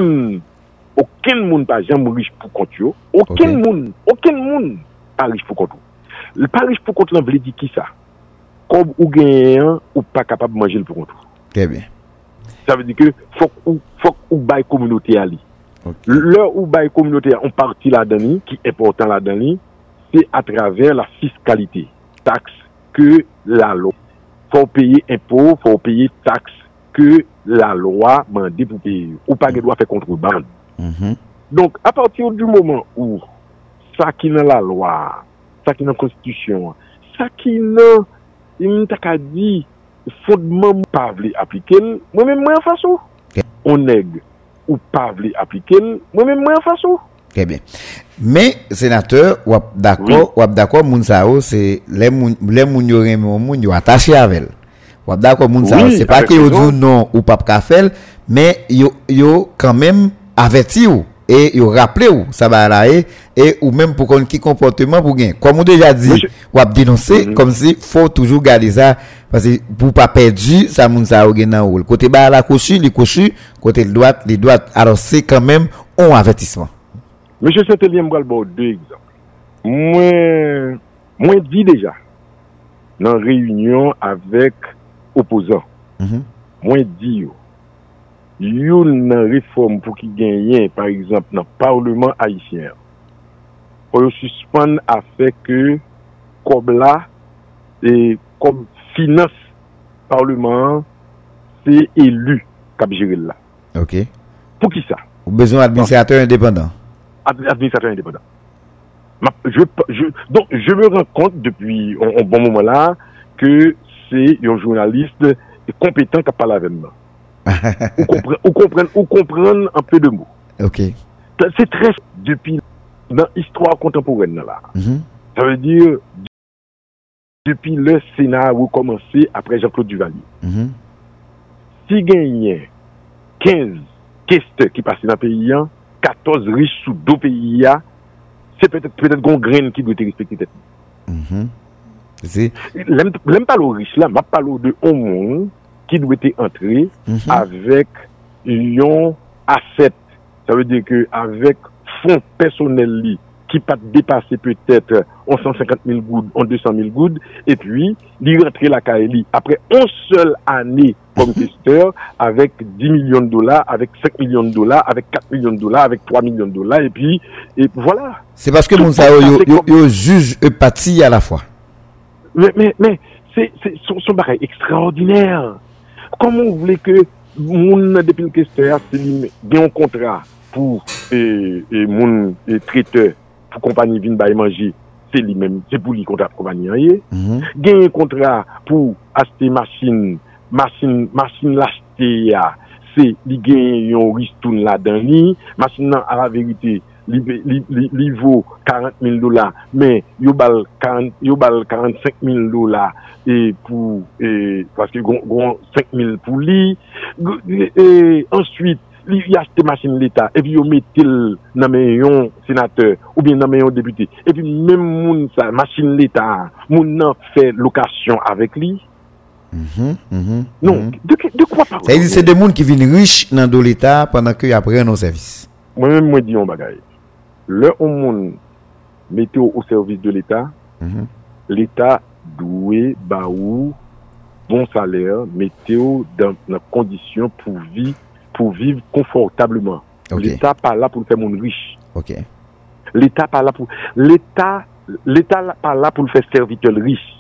S4: aucun monde pas jamais riche pour compte yo, aucun monde pas riche pour compte. Le pas riche pour compte là veut dire qui ça? Comme ou gagnant ou pas capable de manger le pour compte.
S3: Très bien.
S4: Ça veut dire que faut ou bail communauté ali. L'heure où bail communauté on parti là-dedans qui est important là-dedans, c'est à travers la fiscalité, taxe que la loi faut payer impôt, faut payer taxe que la loi mande pour payer ou pas doit faire contrebande. Donc à partir du moment où ça qui dans la loi, ça qui dans la constitution, ça qui dans il t'a dit fondement pas veut appliquer moi-même moi en face on nèg ou pas veut appliquer moi-même moi en face.
S3: Très bien. Mais sénateur ou d'accord moun sa c'est les moun yo reme moun yo attaché avec ou d'accord moun sa c'est pas que yo dit non ou pas ka faire mais yo quand même averti ou et yo rappelé ou ça va là et ou même pour qu'on qui comportement pour gain comme on déjà dit ou a dénoncer comme si faut toujours garder ça parce que pour pas perdu ça moun sa ou gen ou côté ba la cochu li cochu côté les droites alors c'est quand même un avertissement.
S4: Monsieur Saint-Élien m'bral bon deux exemples. Moi dit déjà dans réunion avec opposants. Moi dit une réforme pour qui gagne par exemple dans le Parlement haïtien pour suspendre à fait que comme là et comme finance Parlement c'est élu cap gérer là.
S3: OK.
S4: Pour qui ça?
S3: Ou besoin d'administrateur indépendant.
S4: administrateur indépendant. Donc, je me rends compte depuis un bon moment là que c'est un journaliste compétent qui parle avec moi. ou comprendre un peu de mots.
S3: Ok.
S4: C'est très depuis dans l'histoire contemporaine là. Ça veut dire depuis le Sénat a recommencé après Jean-Claude Duvalier. Si gagnait 15 questions qui passent dans le pays, 14 riches sous 2 pays, c'est peut-être qu'on graine qui doit être respecté. L'aime pas le riche là, m'a parlé de un monde qui doit être entré avec un asset. Ça veut dire que avec fonds personnels qui peut dépasser peut-être 150 000 gouttes, 200 000 gouttes, et puis, il rentre la KLI après une seule année comme testeur, avec 10 millions de dollars, avec 5 millions de dollars, avec 4 millions de dollars, avec 3 millions de dollars, et puis, et voilà.
S3: C'est parce que mon juge parti à la fois.
S4: Mais, c'est son baril extraordinaire. Comment vous voulez que mon depuis le questeur, c'est bien un contrat pour mon traiteur, pour compagnie vin bail manger, c'est lui-même, c'est pour lui contrat pour compagnie. Gagner un contrat pour acheter machine l'acheter, c'est lui gagner un ristourne là-dedans, machine à la vérité, li vaut 40 000 dollars, mais yo bal 45 000 dollars et pour parce que 5 000 pour lui, et ensuite il achète machine l'État et puis il met dans main sénateur ou bien dans main député et puis même moun ça machine l'État moun nan fait location avec lui. Non, de quoi parler?
S3: Ça c'est des moun qui viennent riches dans l'État pendant que après nos services.
S4: Moi-même moi dis on bagaille. Le moun mettez au service de l'État, l'État doit baou bon salaire, mettez dans condition pour vivre confortablement. Okay. L'État pas là pour faire mon riche.
S3: OK.
S4: L'État pas là pour le faire serviteur riche.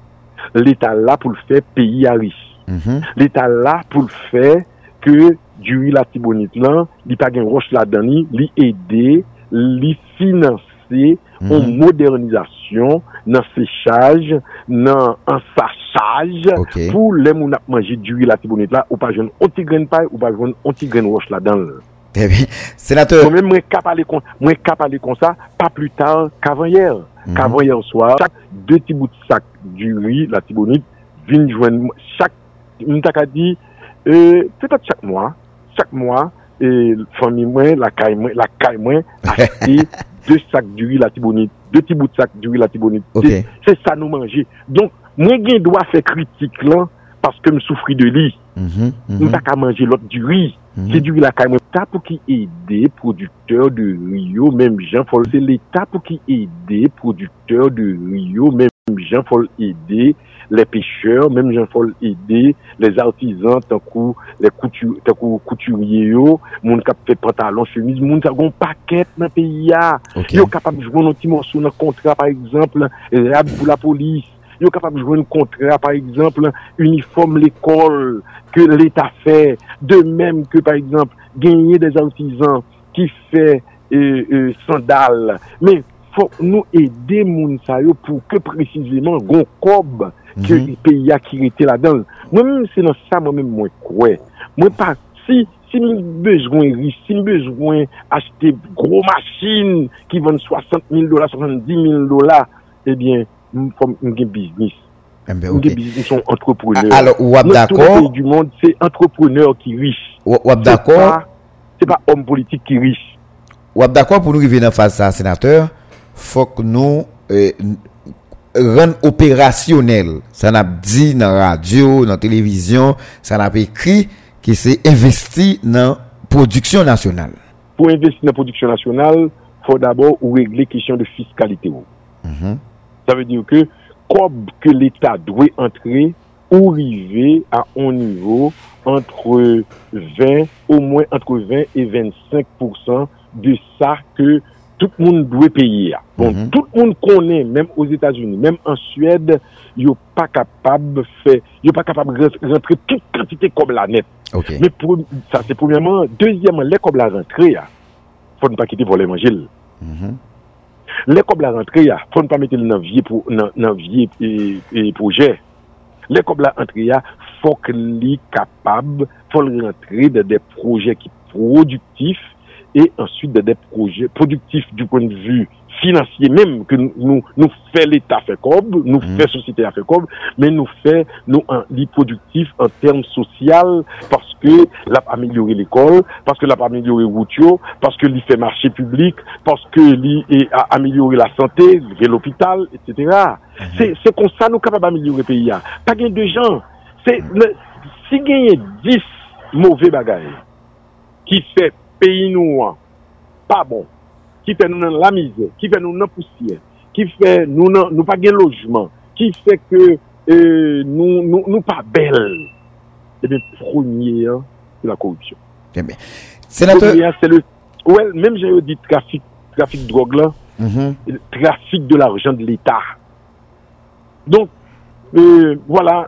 S4: L'État là pour le faire pays à riche. L'État là pour le faire que du la Tibonite là, il pas gain roche là-dedans, li aider, li financer en modernisation, dans séchage, dans un sachage pour les moun a manger du la Tibonite là ou pas jeune anti grain paille ou pas jeune anti grain roche là-dedans.
S3: Eh bien, sénateur,
S4: moi parler comme ça pas plus tard qu'avant hier. Qu'avant hier soir, chaque 2 petits bouts de sac du riz la Tibonite vient joindre chaque m'ta dit peut-être chaque mois et famille moi la caille moi acheter 2 sacs du riz la Tibonite, 2 petits bouts de sac du riz la Tibonite. C'est ça nous manger. Donc moi gain doit faire critique là parce que me souffrir de lui. Nous pas qu'à manger l'autre du riz. C'est du riz la caille moi pour qui aider producteurs de Rio même Jean faut c'est l'État pour qui aider producteurs de Rio même Jean faut aider les pêcheurs, même Jean faut aider les artisans tant que les couturiers yo, moun k'ap fait pantalon, chemise, moun sa gon paquet dans pays a. Yo capable jouer un petit morceau dans contrat par exemple, pour la police. Yo capable jouer un contrat par exemple, uniforme l'école que l'État fait, de même que par exemple gagner des artisans qui fait sandales. Mais faut nous aider moun sa yo pour que précisément gon cob que le pays a qui était là-dedans. Moi-même, c'est dans ça, moi-même, moi, quoi. Moi, pas, si nous besoin riche, si nous besoin acheter gros machines qui vendent 60 000 dollars, 70 000 dollars, eh bien, nous sommes un business. Nous business sont entrepreneurs.
S3: Alors, ou d'accord.
S4: Tout le pays du monde, c'est entrepreneur qui est riche.
S3: Ou d'accord.
S4: C'est pas homme politique qui est riche.
S3: Ou d'accord pour nous revenir en face à sénateur, faut que nous, rendre opérationnel, ça n'a dit dans la radio, dans la télévision, ça n'a pas écrit que c'est investi dans la production nationale.
S4: Pour investir dans la production nationale, il faut d'abord régler la question de fiscalité. Ça veut dire que comme que l'État doit entrer ou arriver à un niveau entre 20 et 25% de ça que tout le monde doit payer. Bon, tout le monde connaît, même aux États-Unis, même en Suède, ils sont pas capables de rentrer toute quantité comme la net. Mais ça, c'est premièrement. Deuxièmement, les comme la rentrée, faut ne pas quitter voler manger. Les comme la rentrée, faut ne pas mettre dans vieux pour dans vieux projet. Les comme la rentrée, faut qu'il capable, faut rentrer dans des projets qui productifs et ensuite dans des projets productifs du point de vue financier même que nous fait l'État fait comme nous fait société fait comme mais nous fait nous en productif en termes social parce que l'a amélioré l'école parce que l'a amélioré routio parce que il fait marché public parce que il a amélioré la santé l'hôpital etc. C'est comme ça nous capable d'améliorer pays pas gain de gens c'est si gagne 10 mauvais bagages qui fait pays nous pas bon qui fait nous dans la misère, qui fait nous dans la poussière, qui fait nous pas gain logement, qui fait que nous pas belles. Et le premier, c'est la corruption.
S3: Très bien. Sénateur,
S4: c'est le même j'ai dit trafic de drogue là, trafic de l'argent de l'État. Donc voilà,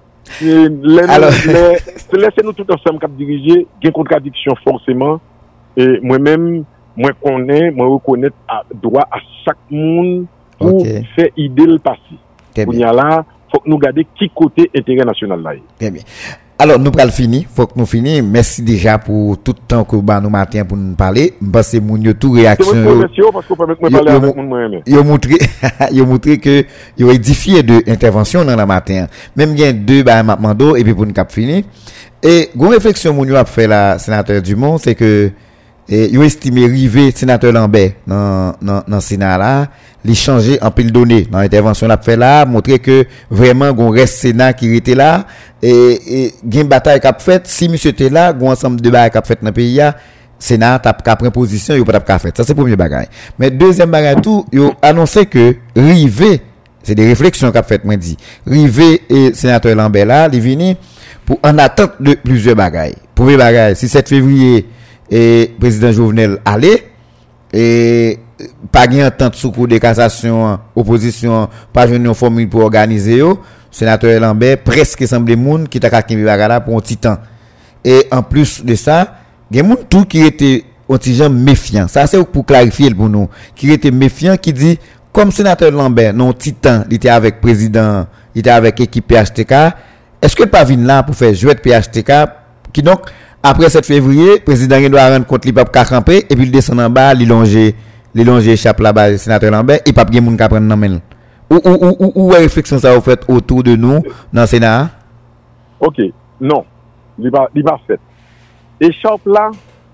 S4: laissez-nous tout ensemble cap diriger, gain contradiction forcément et moi-même moi reconnaître droit à chaque monde pour faire idée le passé. Pour y aller, faut que nous garder qui côté intérêt national là.
S3: Très bien. Alors nous pral fini, faut que nous finissions. Merci déjà pour tout le temps que nous matin pour nous parler. Parce que mon yo tout réaction.
S4: Parce que permettre moi parler avec moi-même.
S3: Yo montré que yo édifié de intervention dans la matin. Même bien deux ba mando et puis pour nous cap fini. Et gon réflexion mon yo a fait la sénateur Dumont, c'est que yo estimé rivé sénateur Lambert dans Sénat là, li changer en pile donné dans intervention l'a fait là, montrer que vraiment gon reste Sénat qui était là et gen bataille qu'a fait si monsieur était là, gon ensemble de bagaille qu'a fait dans pays là, Sénat t'a prendre position, yo pas t'a fait. Ça c'est premier bagaille. Mais deuxième bagaille tout, yo annoncé que rivé, c'est des réflexions qu'a fait moi dit. Rivé et sénateur Lambert là, li vini pour en attente de plusieurs bagailles. Premier bagaille, si 7 février et président Jovenel allé et pas gain entente sous cour de cassation opposition pas joindre une formule pour organiser yo sénateur Lambert presque semblait monde qui t'a kakimbi bagala pour un petit temps et en plus de ça gen monde tout qui était un petit gens méfiant ça c'est pour clarifier pour nous qui était méfiant qui dit comme sénateur Lambert non petit temps il était avec président il était avec équipe PHTK est-ce que pas vinn là pour faire jouer PHTK qui donc après 7 février, le président doit rendre compte qu'il ne peut pas camper et puis il descend en bas, il longe échappe là-bas, sénateur Lambert, et pas bien moun ka prendre nan men. Ou réflexion ça vous fait autour de nous dans le Sénat?
S4: OK, non. Il va fait. Échappe là,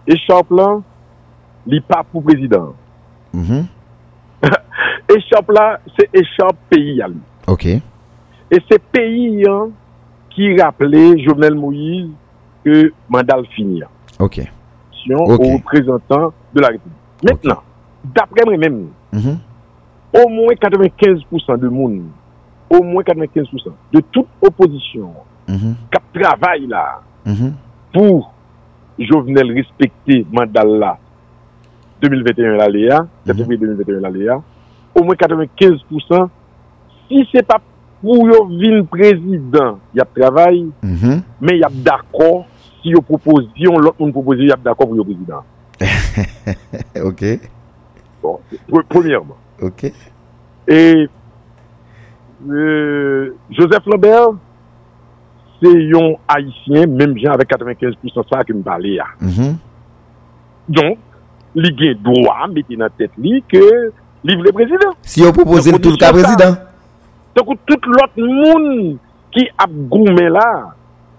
S4: il pas pour président. Échappe là, c'est échappe pays à lui.
S3: OK.
S4: Et c'est pays qui rappelait Jovenel Moïse que mandat fini.
S3: OK.
S4: Aux représentants de la République. Maintenant, d'après moi-même, au moins 95% de monde, au moins 95% de toute opposition qui travaille là pour Jovenel respecter mandat là 2021 l'aléa, février 2021 l'aléa, au moins 95%, si c'est pas pour yo vin président, y a travail, mais y a d'accord si yo proposition l'autre monde propose y a d'accord pour yo président.
S3: OK.
S4: Bon, premièrement.
S3: OK.
S4: Et Joseph Lambert c'est un haïtien même gens avec 95% ça que me parler là. Donc, il gagne droit mettre dans tête lui que livre le président.
S3: Si on propose tout le cas président.
S4: Donc tout l'autre monde qui a goumé là,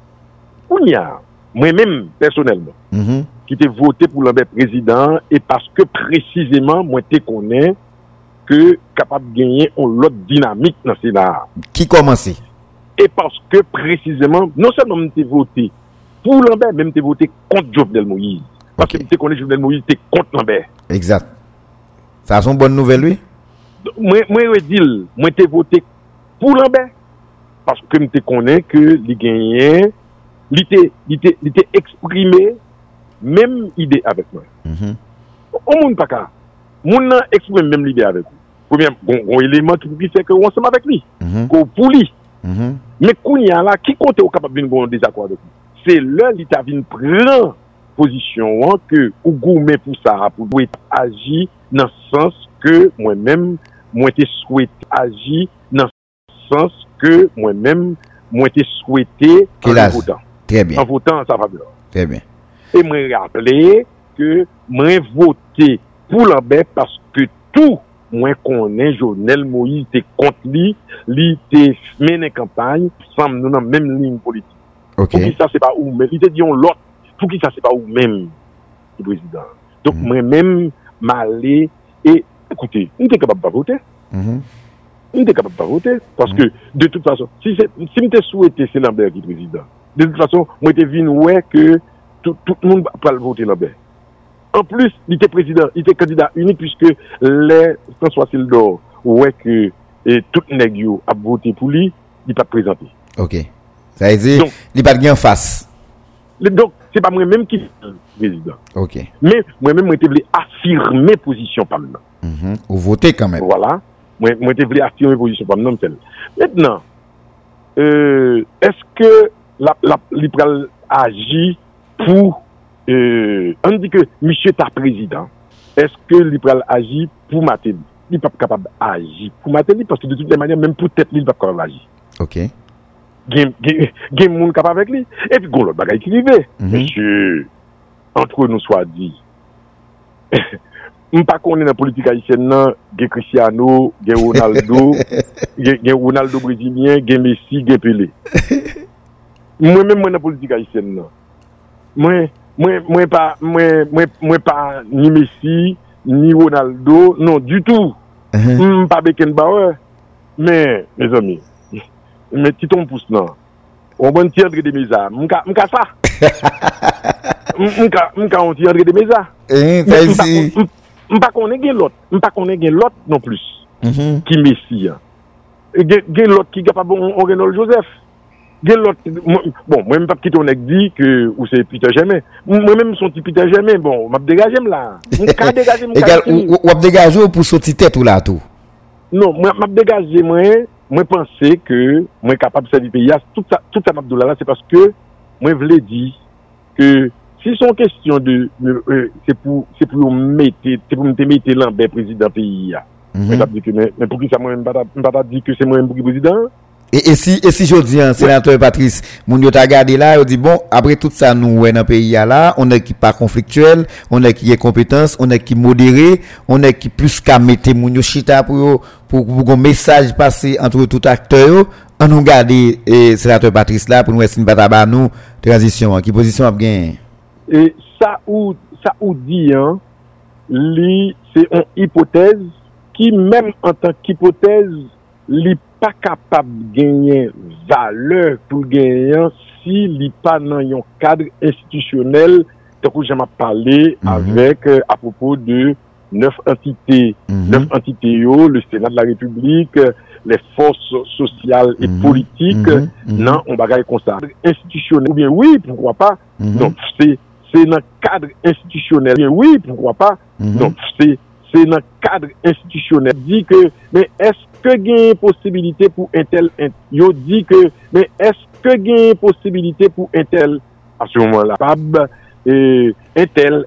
S4: moi-même personnellement, qui t'ai voté pour Lambert président et parce que précisément moi te connais que capable de gagner l'autre dynamique dans ce Sénat.
S3: Qui commençait?
S4: Et parce que précisément, non seulement t'ai voté pour Lambert, même t'ai voté contre Jovenel Moïse. Parce que tu connais Jovenel Moïse, t'es contre Lambert.
S3: Exact. Ça a son bonne nouvelle, lui?
S4: Moi, t'ai voté pour Lambert. Parce que je connais que les gagnants, il était exprimé même idée avec moi. Au monde pas qu'à. Moun exprime même l'idée avec vous. Premier bon élément qui fait que on ensemble avec lui. Pour lui. Mais Kounia là, qui compte au capable de désaccord avec lui? C'est là qu'il t'a venu prendre position que ou gourmet pour ça pour agir dans le sens que moi-même moi t'ai souhaité agir dans le sens que moi-même moi t'ai souhaité en votant.
S3: Très bien.
S4: En votant en sa faveur.
S3: Très bien.
S4: Et me rappeler que moi voté pour Lambert parce que tout moi connais Jovenel Moïse était contre lui était mené campagne ensemble nous dans même ligne politique.
S3: OK.
S4: Pour qui ça c'est pas où mais il te dit on l'autre pour qui ça c'est pas où même le président. Donc moi même m'aller et écoutez, on était capable de voter. On était capable de voter parce que de toute façon si m'était souhaité c'est Lambert qui est président. De toute façon, moi j'étais venu ouais que tout le monde va voter Lambert. En plus, il était président, il était candidat unique puisque les François Sildor ouais que tout nèg yo a voté pour lui, il pas présenté.
S3: OK. Ça veut dire il pas de en face.
S4: Donc c'est pas moi même qui est président.
S3: OK.
S4: Mais moi même moi voulu affirmer position par maintenant.
S3: Ou voter quand même.
S4: Voilà. Moi voulu affirmer position par maintenant. Maintenant est-ce que la libéral agit pour on dit que monsieur ta président est-ce que libéral agit pour Matéli il pas capable d'agir pour Matéli parce que de toutes les manières même pour tête il pas capable d'agir.
S3: OK.
S4: Game monde capable avec lui et puis gon l'autre bagaille qui rive monsieur entre nous soit dit on pas connait dans politique haïtienne nan gen Cristiano gen Ronaldo gen Ronaldo brésilien gen Messi gen Pelé. Moi même moi dans politique haïtienne nan moi pas ni Messi ni Ronaldo non du tout. Pas Beckenbauer mais mes amis mais ti ton pouce non on bon ti André de Meza m'ka ça m'ka on ti André de Meza m'pa connait gen l'autre non plus qui Messi gen l'autre qui capable on Renol Joseph gen l'autre bon moi même pas qui ton nèg dit que ou c'est Peter Germain moi même son petit Peter Germain bon m'a dégager là m'ka dégager
S3: ou dégager pour sortir tête ou là tout
S4: non moi m'a dégager moi penser que moi capable de servir pays tout ça m'abdoula là c'est parce que moi voulais dire que si son question de c'est pour mettre Lambert président pays moi dit que mais pour qui ça moi pas dit que c'est moi même président.
S3: Et si je dis sénateur Patrice moun yo t'a regardé là il dit bon après tout ça nous dans pays là on est qui pas conflictuel on est qui est compétence on est qui modéré on est qui plus qu'à mettre moun yo chita pour un message passer entre tout acteur on nous garder sénateur Patrice là pour nous essayer de battre nous transition qui position a gagné
S4: et ça ou dit c'est une hypothèse qui même en tant qu'hypothèse li pas capable de gagner valeur pour gagner si li pas dans un cadre institutionnel tant que j'en ai parlé avec à propos de 9 entités le Sénat de la République les forces sociales et politiques non on bagaille comme ça institutionnel ou bien oui pourquoi pas donc c'est dans le cadre institutionnel bien oui pourquoi pas donc c'est dans le cadre institutionnel dit que mais est-ce que gagne possibilité pour un tel yo dit que mais est-ce que gagne possibilité pour un tel à ce moment-là un tel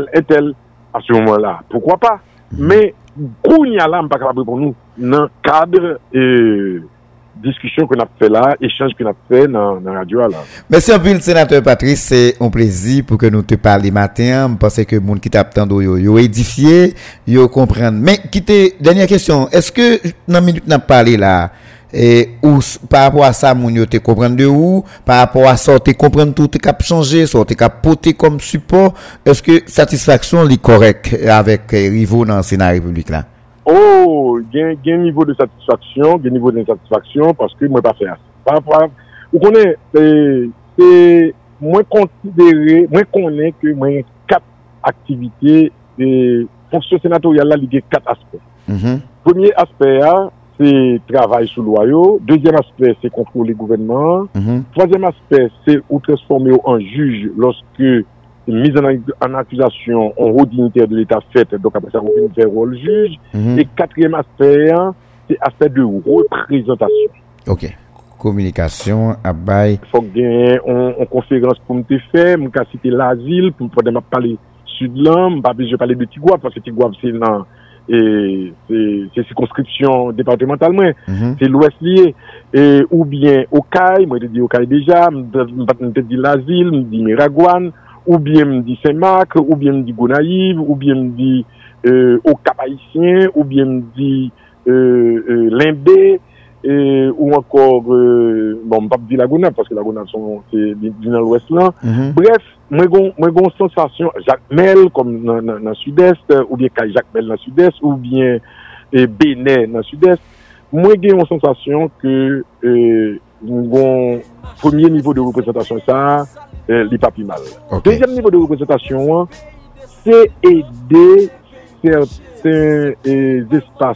S4: à ce moment-là pourquoi pas mais kounya là pas capable pour nous dans cadre discussion qu'on a fait là échange qu'on a fait dans radio là.
S3: Merci un peu sénateur Patrice, c'est un plaisir pour que nous te parler matin parce que monde qui t'attend yo édifié, yo comprendre. Mais dernière question, est-ce que dans minute n'a parlé là ou par rapport à ça moun yo te comprendre de où par rapport à ça te comprendre tout te cap changer ça te cap porter comme support est-ce que satisfaction li correct avec Rivo dans Sénat République là?
S4: Oh, gain niveau de satisfaction, parce que moi pas faire. Par rapport vous connaissez c'est moins considéré, moins connaît que moi 4 activités et fonction sénatoriale là il y a 4 aspects. Premier aspect c'est travail sous loi. Deuxième aspect c'est contrôler le gouvernement. Troisième aspect c'est ou transformer en juge lorsque mise en accusation en haut dignitaire de l'État faite, donc après ça on vient faire rôle juge. Et quatrième aspect, c'est aspect de représentation.
S3: OK. communication à bail.
S4: Faut gagner en conférence pour me faire, me citer l'asile pour me parler sud-là, je parler de Tigouave parce que Tigouave c'est dans c'est circonscription départementale c'est l'ouest lié ou bien Okaï, moi je dis Okaï déjà, me dit l'asile, me dit Miragouane, ou bien me dit Saint-Marc, ou bien me dit Gonaïve, ou bien me dit au Cap-Haïtien, ou bien me dit Limbé, ou encore bon pas dire la Gonave parce que la Gonave c'est dans l'ouest là. Bref, moi gon sensation Jacques Mel comme dans sud-est ou bien Jacques Mel dans sud-est ou bien Bénin dans sud-est. Moi j'ai une sensation que mon premier niveau de représentation ça n'est pas plus mal. Deuxième niveau de représentation c'est aider certains espaces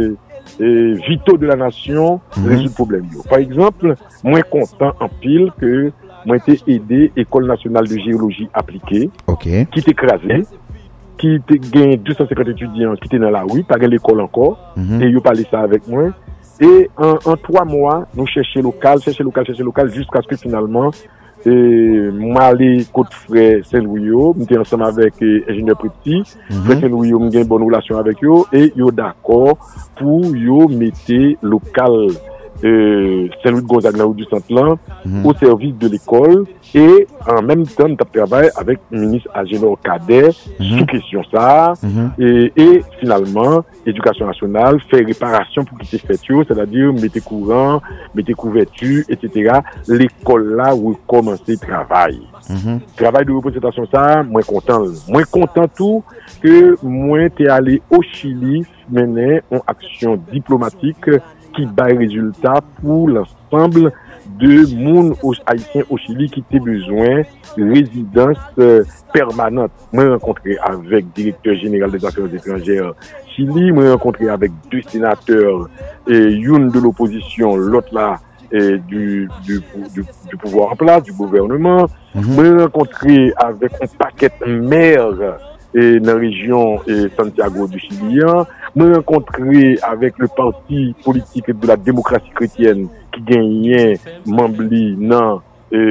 S4: vitaux de la nation résoudre le problème. Par exemple, moi content en pile que moi été aidé École nationale de géologie appliquée qui est écrasée, qui était gagné 250 étudiants qui étaient dans la rue, pas l'école encore, et ils ont parlé ça avec moi. Et en 3 mois, nous cherchons local jusqu'à ce que finalement moi aller côte frère Saint-Louis, j'étais ensemble avec ingénieur Petit, frère Saint-Louis, j'ai une bonne relation avec eux et yo d'accord pour yo mettre local Saint-Louis de Gonzague du centre là au service de l'école et en même temps nous travaillons avec le ministre Agénor Cadet sous question ça et finalement éducation nationale fait réparation pour qu'il fait c'est-à-dire mettre courant, mettre couverture etc. l'école là où commencer travail travail de représentation ça moins content tout que moi t'es allé au Chili mener une action diplomatique qui baille résultat pour l'ensemble de monde haïtien au Chili qui a besoin de résidence permanente. Moi rencontré avec directeur général des affaires étrangères Chili, moi rencontré avec 2 sénateurs et une de l'opposition, l'autre là du pouvoir en place, du gouvernement. Moi rencontré avec un paquet de maires dans la région Santiago du Chili. Moi rencontré avec le parti politique de la démocratie chrétienne qui gagnait Mambli dans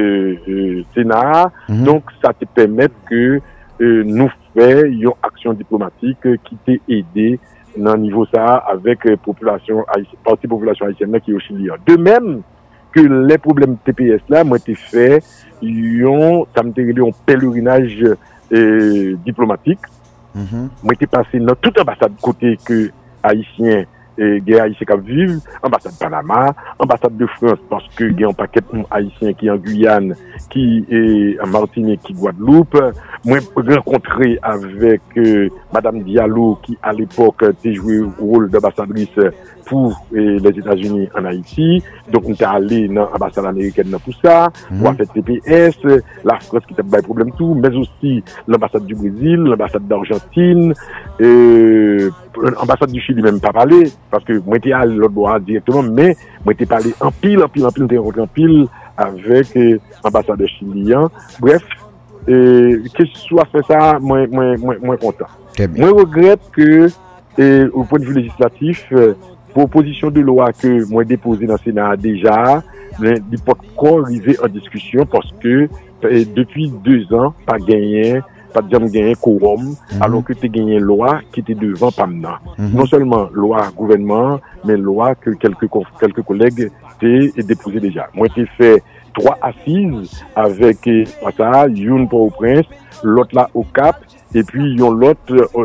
S4: Sénat. Donc ça te permet que nous fassions une action diplomatique qui t'a aidé dans le niveau ça avec population haïtienne, parti population haïtienne qui est au Chili. De même que les problèmes TPS là, moi t'ai fait ça me t'a réglé un pèlerinage diplomatique. Moi j'étais passé dans toute ambassade côté que haïtien guerre haïtien qui vivent, ambassade Panama, ambassade de France parce que il y a un paquet haïtien qui en Guyane, qui est en Martinique, qui Guadeloupe. Moi rencontré avec madame Diallo qui à l'époque a joué le rôle d'ambassadrice pour les États-Unis en Haïti. Donc on est allé dans l'ambassade américaine pour ça, pour faire TPS, la France qui a pas de problème tout, mais aussi l'ambassade du Brésil, l'ambassade d'Argentine, l'ambassade du Chili même pas parlé parce que moi j'étais allé l'autre bord directement, mais moi j'étais parlé en pile, j'étais rencontré en pile avec l'ambassadeur chilien. Bref, que ce soit fait ça, moi content. Moi regrette que au point de vue législatif, proposition de loi que moi déposée dans le Sénat déjà, il n'est pas encore arrivé en discussion parce que depuis 2 ans, pas de gagné quorum, alors que tu as gagné une loi qui était devant PAMNA. Non seulement loi gouvernement, mais loi que quelques collègues ont déposé déjà. Moi, j'ai fait 3 assises avec ça, une pour au Prince, l'autre là au Cap, et puis l'autre,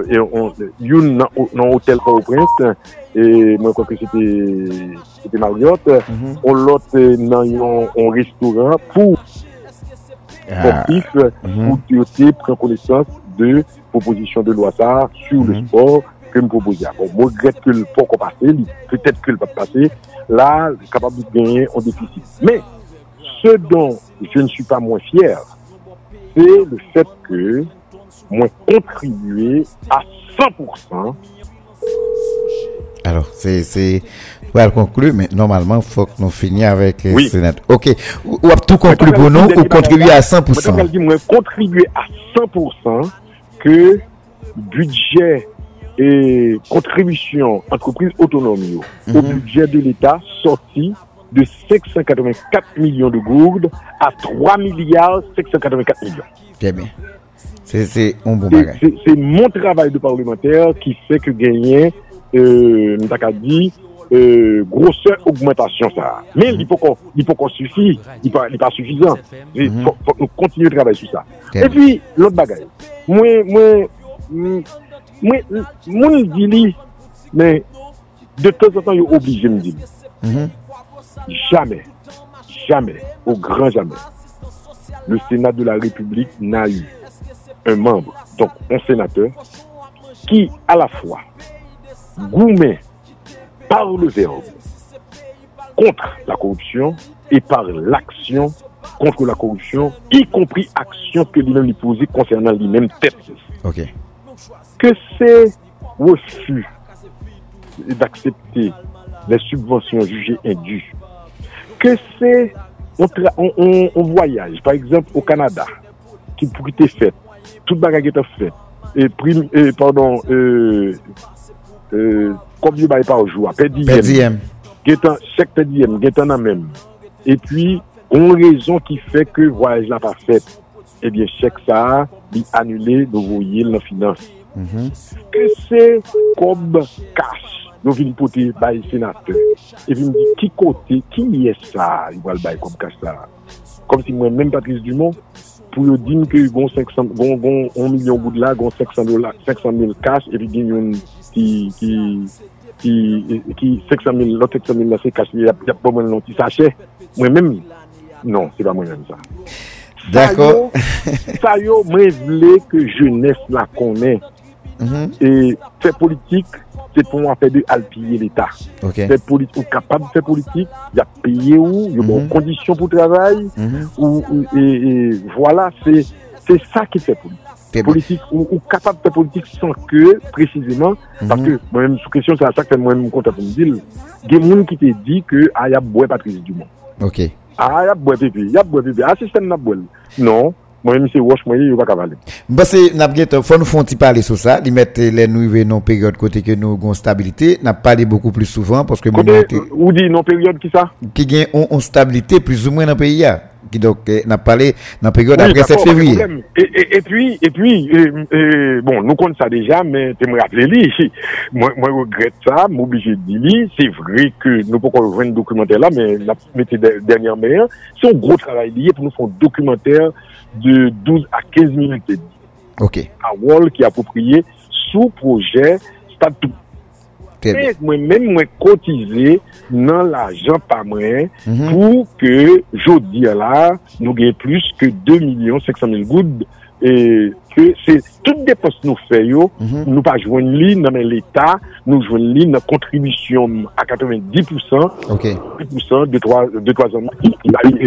S4: une dans l'hôtel pour au Prince, et moi, je crois que c'était Marriott, l'autre dans un restaurant pour sportif pour tu prendre connaissance de proposition de loi ça sur le sport que nous proposons. Bon, moi je regrette que le pas qu'on passe, peut-être que le pas passer, là, capable de gagner en déficit. Mais ce dont je ne suis pas moins fier, c'est le fait que moi contribué à 100%.
S3: Alors, c'est pour conclure, mais normalement, il faut que nous finissions avec Sénat. Ok. Ou à tout conclure pour nous, ou contribuer à 100%.
S4: Moi, contribuer à 100% que budget et contribution entreprise autonome au budget de l'État sorti de 584 millions de gourdes à 3 milliards 584 millions.
S3: Très bien. C'est un bon bagage.
S4: C'est mon travail de parlementaire qui fait que gagner, grosseur augmentation ça. Mais il faut qu'on suffit, il n'est pas suffisant. Il faut nous continuer de travailler sur ça. Et puis l'autre bagage. Moi dis mais de temps en temps il est obligé de me dire. Jamais, au grand jamais, le Sénat de la République n'a eu un membre, donc un sénateur, qui à la fois gourmet par le verbe contre la corruption et par l'action contre la corruption, y compris action que lui-même lui posait concernant lui-même tête.
S3: Okay.
S4: Que c'est refus d'accepter les subventions jugées indues, que c'est on voyage, par exemple au Canada, qui pour être fait, toute bagarre est faite, et prime, comme du bail par jour, per diem, chaque per diem, même, et puis une raison qui fait que voyage n'a pas fait, eh bien chèque ça, il annulé, nous voyons la finance. Que c'est comme cash, nous venons porter par le sénateur. Et puis me dit, qui côté, qui est ça, il va le bail comme cash ça. Comme si moi-même, Patrice Dumont, pour dire que gon 500, gon 1 million de là, gon 500 000 cash, et puis il qui 500 000, l'autre 500 000 là, c'est cash, il y a pas mal de petits sachets. Moi-même, non, c'est pas moi-même ça.
S3: D'accord.
S4: Ça yo, moi, voulais que jeunesse la connaît. Et faire politique, c'est pour moi faire de alpiller l'État.
S3: Okay.
S4: Faire politique, ou capable de faire politique, il y a payé où, il y a bonnes conditions pour travail, et voilà, c'est ça qui fait politique. Politique, ou capable de faire politique sans que, précisément, parce que moi-même, sous question, c'est à ça que moi-même content pour me dire, il y a des gens qui te dit que, il y a bois Patrice Dumont.
S3: Ok.
S4: Il y a bois pipi, système n'a bois. Non. Moi-même, c'est Wash, moi, il va cavaler.
S3: Bah, c'est, faut nous faire parler sur ça, ils mettent les nouveaux non période côté que nous avons stabilité, n'a parlé beaucoup plus souvent, parce que,
S4: ou dit non période qui ça?
S3: Qui gagne en stabilité plus ou moins dans le pays, qui donc, n'a parlé dans la période après 7 février.
S4: Et puis, bon, nous connaissons ça déjà, mais tu me rappelles, moi, regrette ça, m'oblige de dire, c'est vrai que nous pouvons voir un documentaire là, mais la dernièrement, c'est un gros travail lié pour nous faire un documentaire de 12 à 15 minutes.
S3: Ok.
S4: À Wall qui est approprié sous projet Stade tout. Moi-même, cotisé dans l'argent pas moins pour que, j'odi là, nous gagnons plus que 2 500 000 gouttes. Et que c'est toutes des postes nous faisons, nous pas joindre ligne dans l'État, nous joindre ligne dans contribution à 90%,
S3: OK.
S4: 10% de 3 ans qui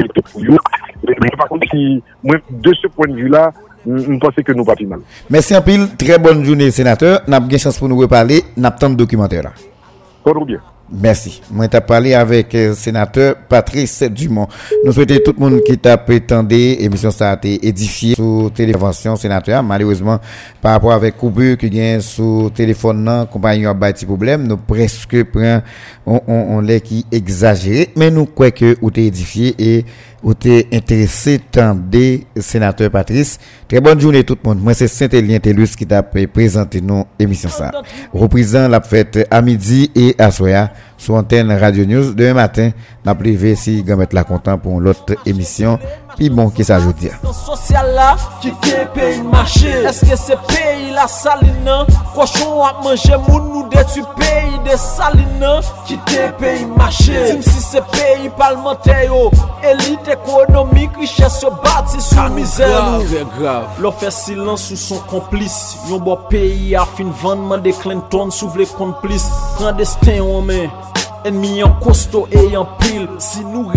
S4: par contre, si moi de ce point de vue-là, je pense que nous pas mal.
S3: Merci en pile, très bonne journée sénateur, n'a pas de chance pour nous reparler, n'a pas de documentaire là.
S4: Trop bien.
S3: Merci. Moi, t'ai parlé avec sénateur Patrice Dumont. Nous souhaitons tout le monde qui t'a prétendu, émission ça a été édifiée sous télévision sénateur. Malheureusement, par rapport avec coupure qui vient sous téléphone, non, compagnie a bâti problème, nous presque prend, on l'est qui exagéré, mais nous croyons que ou t'es édifié et ou t'es intéressé tant des sénateurs Patrice. Très bonne journée tout le monde. Moi, c'est Saint-Élien Tellus qui t'a présenté nos émissions ça. Reprisant la fête à midi et à soir sur antenne Radio News. Demain matin, n'a privé si gamet la content pour l'autre émission. Puis bon, qui s'ajoute dire.
S2: Social là, qui pays marché. Est-ce que c'est pays la saline? Cochon à manger, moun nous détruit pays de saline. Qui pays marché. Même si c'est pays parlementaire, élite économique, richesse bâtie sous misère. Grave. L'on fait silence sous son complice. Yon bon pays a fin vendre de Clinton sous les complices. Clandestin, on met ennemi en costaud et en pile. Si nous